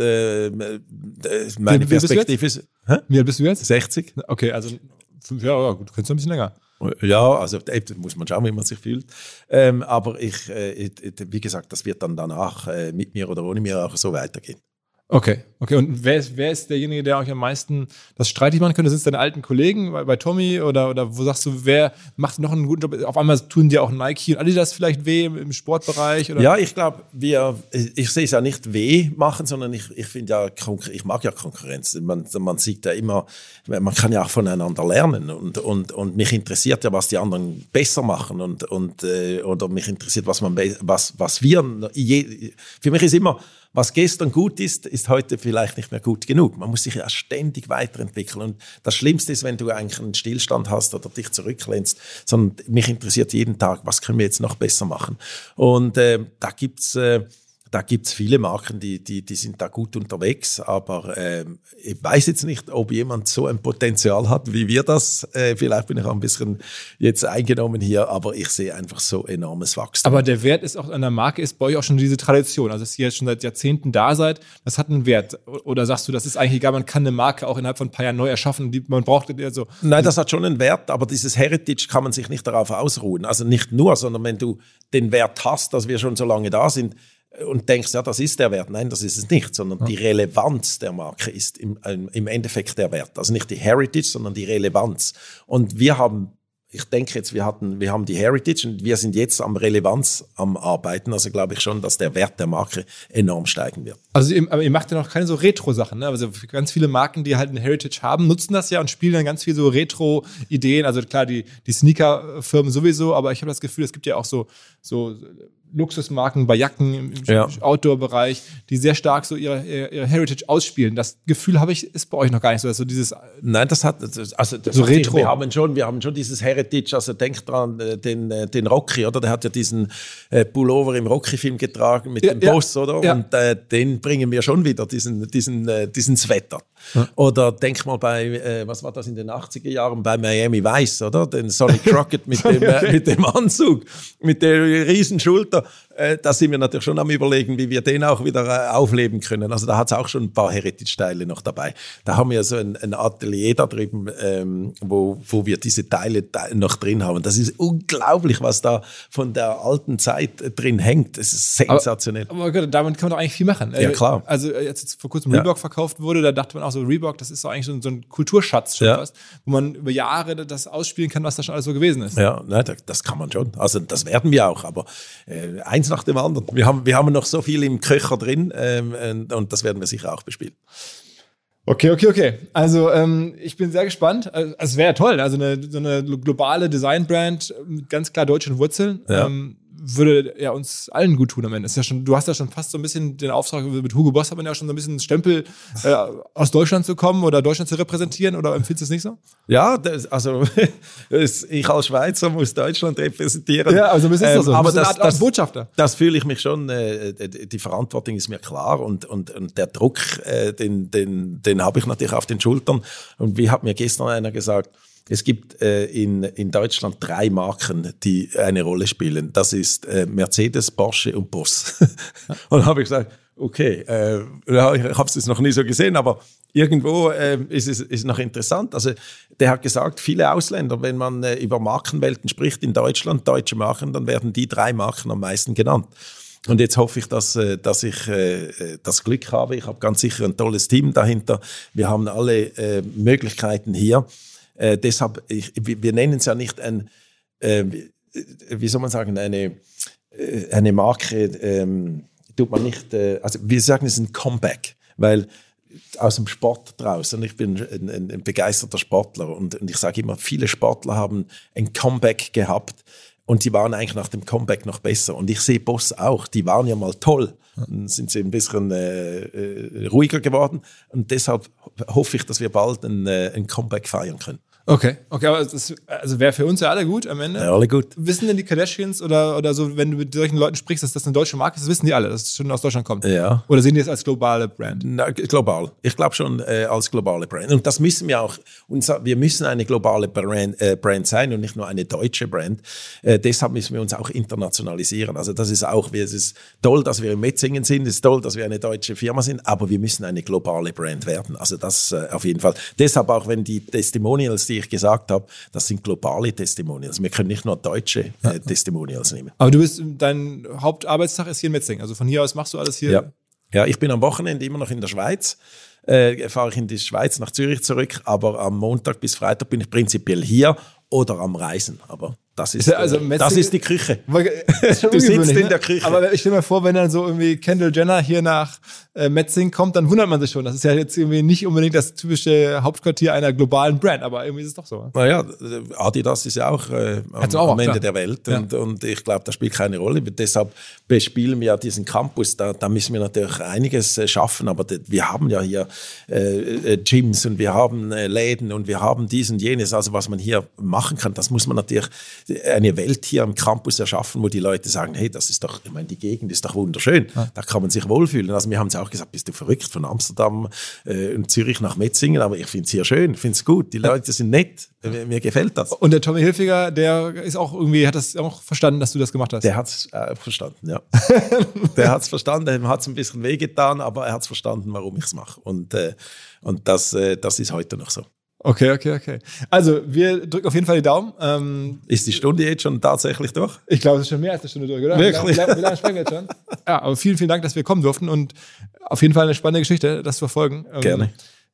Meine Perspektive ist... Wie alt bist du jetzt? 60. Okay, also 5 Jahre, ja, gut, du kennst ein bisschen länger. Ja, also muss man schauen, wie man sich fühlt. Aber wie gesagt, das wird dann danach mit mir oder ohne mir auch so weitergehen. Okay. Und wer ist derjenige, der euch am meisten das streitig machen könnte? Sind es deine alten Kollegen bei Tommy oder wo sagst du, wer macht noch einen guten Job? Auf einmal tun dir auch Nike und Adidas vielleicht weh im Sportbereich? Oder? Ja, ich glaube, ich sehe es ja nicht weh machen, sondern ich finde ja, ich mag ja Konkurrenz. Man sieht ja immer, man kann ja auch voneinander lernen und mich interessiert ja, was die anderen besser machen oder mich interessiert, was wir, für mich ist immer, was gestern gut ist heute vielleicht nicht mehr gut genug. Man muss sich ja ständig weiterentwickeln. Und das Schlimmste ist, wenn du eigentlich einen Stillstand hast oder dich zurücklehnst, sondern mich interessiert jeden Tag, was können wir jetzt noch besser machen. Und da gibt's viele Marken, die sind da gut unterwegs, aber ich weiß jetzt nicht, ob jemand so ein Potenzial hat, wie wir das. Vielleicht bin ich auch ein bisschen jetzt eingenommen hier, aber ich sehe einfach so enormes Wachstum. Aber der Wert ist auch an der Marke, ist bei euch auch schon diese Tradition, also dass ihr jetzt schon seit Jahrzehnten da seid, das hat einen Wert. Oder sagst du, das ist eigentlich egal, man kann eine Marke auch innerhalb von ein paar Jahren neu erschaffen, man braucht eher so. Nein, das hat schon einen Wert, aber dieses Heritage kann man sich nicht darauf ausruhen. Also nicht nur, sondern wenn du den Wert hast, dass wir schon so lange da sind, und denkst, ja, das ist der Wert. Nein, das ist es nicht, sondern die Relevanz der Marke ist im Endeffekt der Wert. Also nicht die Heritage, sondern die Relevanz. Und wir haben, ich denke jetzt, wir haben die Heritage und wir sind jetzt am Relevanz am Arbeiten. Also glaube ich schon, dass der Wert der Marke enorm steigen wird. Also aber ihr macht ja noch keine so Retro-Sachen, ne? Also ganz viele Marken, die halt eine Heritage haben, nutzen das ja und spielen dann ganz viel so Retro-Ideen. Also klar, die Sneaker-Firmen sowieso, aber ich habe das Gefühl, es gibt ja auch so Luxusmarken bei Jacken im Outdoor-Bereich, die sehr stark so ihre Heritage ausspielen. Das Gefühl habe ich, ist bei euch noch gar nicht so. Also dieses Nein, das so retro. Wir haben schon dieses Heritage, also denkt dran, den Rocky, oder? Der hat ja diesen Pullover im Rocky-Film getragen mit dem Boss, oder? Ja. Und den bringen wir schon wieder, diesen Sweater. Ja. Oder denk mal bei, was war das in den 80er Jahren, bei Miami Vice, oder? Den Sonny Crockett mit dem Anzug, mit der riesen Schulter. Da sind wir natürlich schon am Überlegen, wie wir den auch wieder aufleben können. Also da hat es auch schon ein paar Heritage-Teile noch dabei. Da haben wir so ein Atelier da drüben, wo wir diese Teile noch drin haben. Das ist unglaublich, was da von der alten Zeit drin hängt. Das ist sensationell. Aber damit kann man doch eigentlich viel machen. Ja, klar. Also jetzt vor kurzem Reebok verkauft wurde, da dachte man auch so, Reebok, das ist doch eigentlich so ein Kulturschatz schon fast, wo man über Jahre das ausspielen kann, was da schon alles so gewesen ist. Ja, nein, das kann man schon. Also das werden wir auch, aber eins nach dem anderen. Wir haben noch so viel im Köcher drin und das werden wir sicher auch bespielen. Okay. Also ich bin sehr gespannt. Also, es wäre ja toll, also so eine globale Designbrand mit ganz klar deutschen Wurzeln. Ja. Würde ja uns allen gut tun am Ende. Ist ja schon, du hast ja schon fast so ein bisschen den Auftrag, mit Hugo Boss hat man ja schon so ein bisschen einen Stempel, aus Deutschland zu kommen oder Deutschland zu repräsentieren, oder empfindest du es nicht so? Ja, ich als Schweizer muss Deutschland repräsentieren. Ja, also ist das so. Aber als Botschafter. Das fühle ich mich schon, die Verantwortung ist mir klar und der Druck, den habe ich natürlich auf den Schultern. Und wie hat mir gestern einer gesagt, es gibt in Deutschland 3 Marken, die eine Rolle spielen. Das ist Mercedes, Porsche und Boss. Und dann habe ich gesagt, okay, ich habe es jetzt noch nie so gesehen, aber irgendwo ist es noch interessant. Also der hat gesagt, viele Ausländer, wenn man über Markenwelten spricht in Deutschland, deutsche Marken, dann werden die 3 Marken am meisten genannt. Und jetzt hoffe ich, dass ich das Glück habe. Ich habe ganz sicher ein tolles Team dahinter. Wir haben alle Möglichkeiten hier. Deshalb, wir nennen es ja nicht wie soll man sagen, eine Marke, tut man nicht, also wir sagen es ist ein Comeback, weil aus dem Sport draußen, ich bin ein begeisterter Sportler und ich sage immer, viele Sportler haben ein Comeback gehabt und die waren eigentlich nach dem Comeback noch besser. Und ich sehe Boss auch, die waren ja mal toll, dann sind sie ein bisschen ruhiger geworden und deshalb hoffe ich, dass wir bald ein Comeback feiern können. Okay, aber das wäre für uns ja alle gut am Ende. Ja, alle gut. Wissen denn die Kardashians oder so, wenn du mit solchen Leuten sprichst, dass das eine deutsche Marke ist, das wissen die alle, dass es schon aus Deutschland kommt? Ja. Oder sehen die es als globale Brand? Na, global. Ich glaube schon als globale Brand. Und das müssen wir auch. Wir müssen eine globale Brand sein und nicht nur eine deutsche Brand. Deshalb müssen wir uns auch internationalisieren. Also das ist auch, es ist toll, dass wir in Metzingen sind, es ist toll, dass wir eine deutsche Firma sind, aber wir müssen eine globale Brand werden. Also das auf jeden Fall. Deshalb auch, wenn die Testimonials, die ich gesagt habe, das sind globale Testimonials. Wir können nicht nur deutsche Testimonials nehmen. Aber dein Hauptarbeitstag ist hier in Metzingen. Also von hier aus machst du alles hier? Ja, ich bin am Wochenende immer noch in der Schweiz. Fahre ich in die Schweiz nach Zürich zurück, aber am Montag bis Freitag bin ich prinzipiell hier oder am Reisen. Aber das ist, das ist die Küche. Du sitzt in der Küche. Aber ich stelle mir vor, wenn dann so irgendwie Kendall Jenner hier nach Metzingen kommt, dann wundert man sich schon. Das ist ja jetzt irgendwie nicht unbedingt das typische Hauptquartier einer globalen Brand, aber irgendwie ist es doch so. Naja, Adidas ist ja auch am Ende der Welt und ich glaube, das spielt keine Rolle. Deshalb bespielen wir ja diesen Campus. Da müssen wir natürlich einiges schaffen, aber wir haben ja hier Gyms und wir haben Läden und wir haben dies und jenes. Also was man hier machen kann, das muss man natürlich eine Welt hier am Campus erschaffen, wo die Leute sagen, hey, das ist doch, ich meine, die Gegend ist doch wunderschön. Da kann man sich wohlfühlen. Also wir haben es auch gesagt, bist du verrückt von Amsterdam und Zürich nach Metzingen, aber ich finde es hier schön, ich finde es gut. Die Leute sind nett, mir gefällt das. Und der Tommy Hilfiger, der ist auch irgendwie, hat das auch verstanden, dass du das gemacht hast? Der hat es verstanden, ja. Der hat es verstanden, ihm hat es ein bisschen wehgetan, aber er hat es verstanden, warum ich es mache. Und das ist heute noch so. Okay. Also, wir drücken auf jeden Fall die Daumen. Ist die Stunde jetzt schon tatsächlich durch? Ich glaube, es ist schon mehr als eine Stunde durch, oder? Wirklich? Wie lange sprechen wir jetzt schon? Ja, aber vielen Dank, dass wir kommen durften und auf jeden Fall eine spannende Geschichte, das zu verfolgen. Gerne.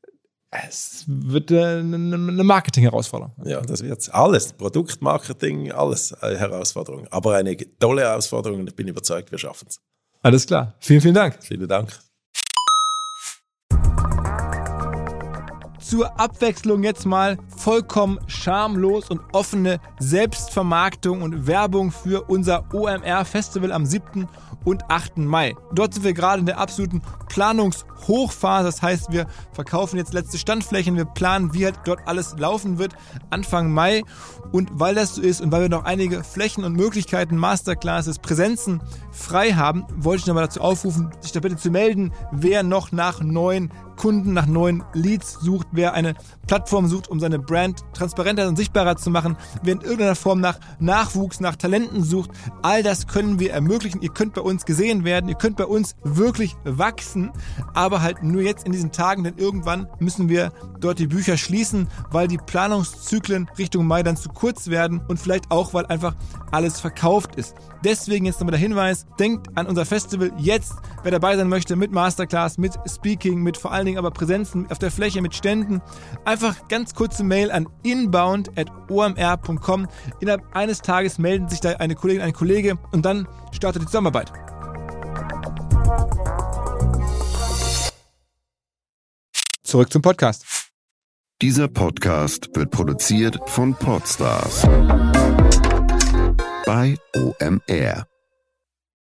Es wird eine Marketing-Herausforderung. Ja, das wird's. Alles. Produktmarketing, alles eine Herausforderung. Aber eine tolle Herausforderung und ich bin überzeugt, wir schaffen es. Alles klar. Vielen Dank. Vielen Dank. zur Abwechslung jetzt mal vollkommen schamlos und offene Selbstvermarktung und Werbung für unser OMR-Festival am 7. und 8. Mai. Dort sind wir gerade in der absoluten Planungshochphase. Das heißt, wir verkaufen jetzt letzte Standflächen, wir planen, wie halt dort alles laufen wird Anfang Mai. Und weil das so ist und weil wir noch einige Flächen und Möglichkeiten, Masterclasses, Präsenzen frei haben, wollte ich nochmal dazu aufrufen, sich da bitte zu melden, wer noch nach neuen Kunden, nach neuen Leads sucht, wer eine Plattform sucht, um seine Brand transparenter und sichtbarer zu machen, wer in irgendeiner Form nach Nachwuchs, nach Talenten sucht. All das können wir ermöglichen. Ihr könnt bei uns gesehen werden, ihr könnt bei uns wirklich wachsen, aber halt nur jetzt in diesen Tagen, denn irgendwann müssen wir dort die Bücher schließen, weil die Planungszyklen Richtung Mai dann zu kurz werden und vielleicht auch, weil einfach alles verkauft ist. Deswegen jetzt nochmal der Hinweis, denkt an unser Festival jetzt, wer dabei sein möchte, mit Masterclass, mit Speaking, mit vor allen Dingen aber Präsenzen auf der Fläche, mit Ständen. Einfach ganz kurze Mail an inbound@omr.com. Innerhalb eines Tages melden sich da eine Kollegin, ein Kollege und dann startet die Zusammenarbeit. Zurück zum Podcast. Dieser Podcast wird produziert von Podstars bei OMR.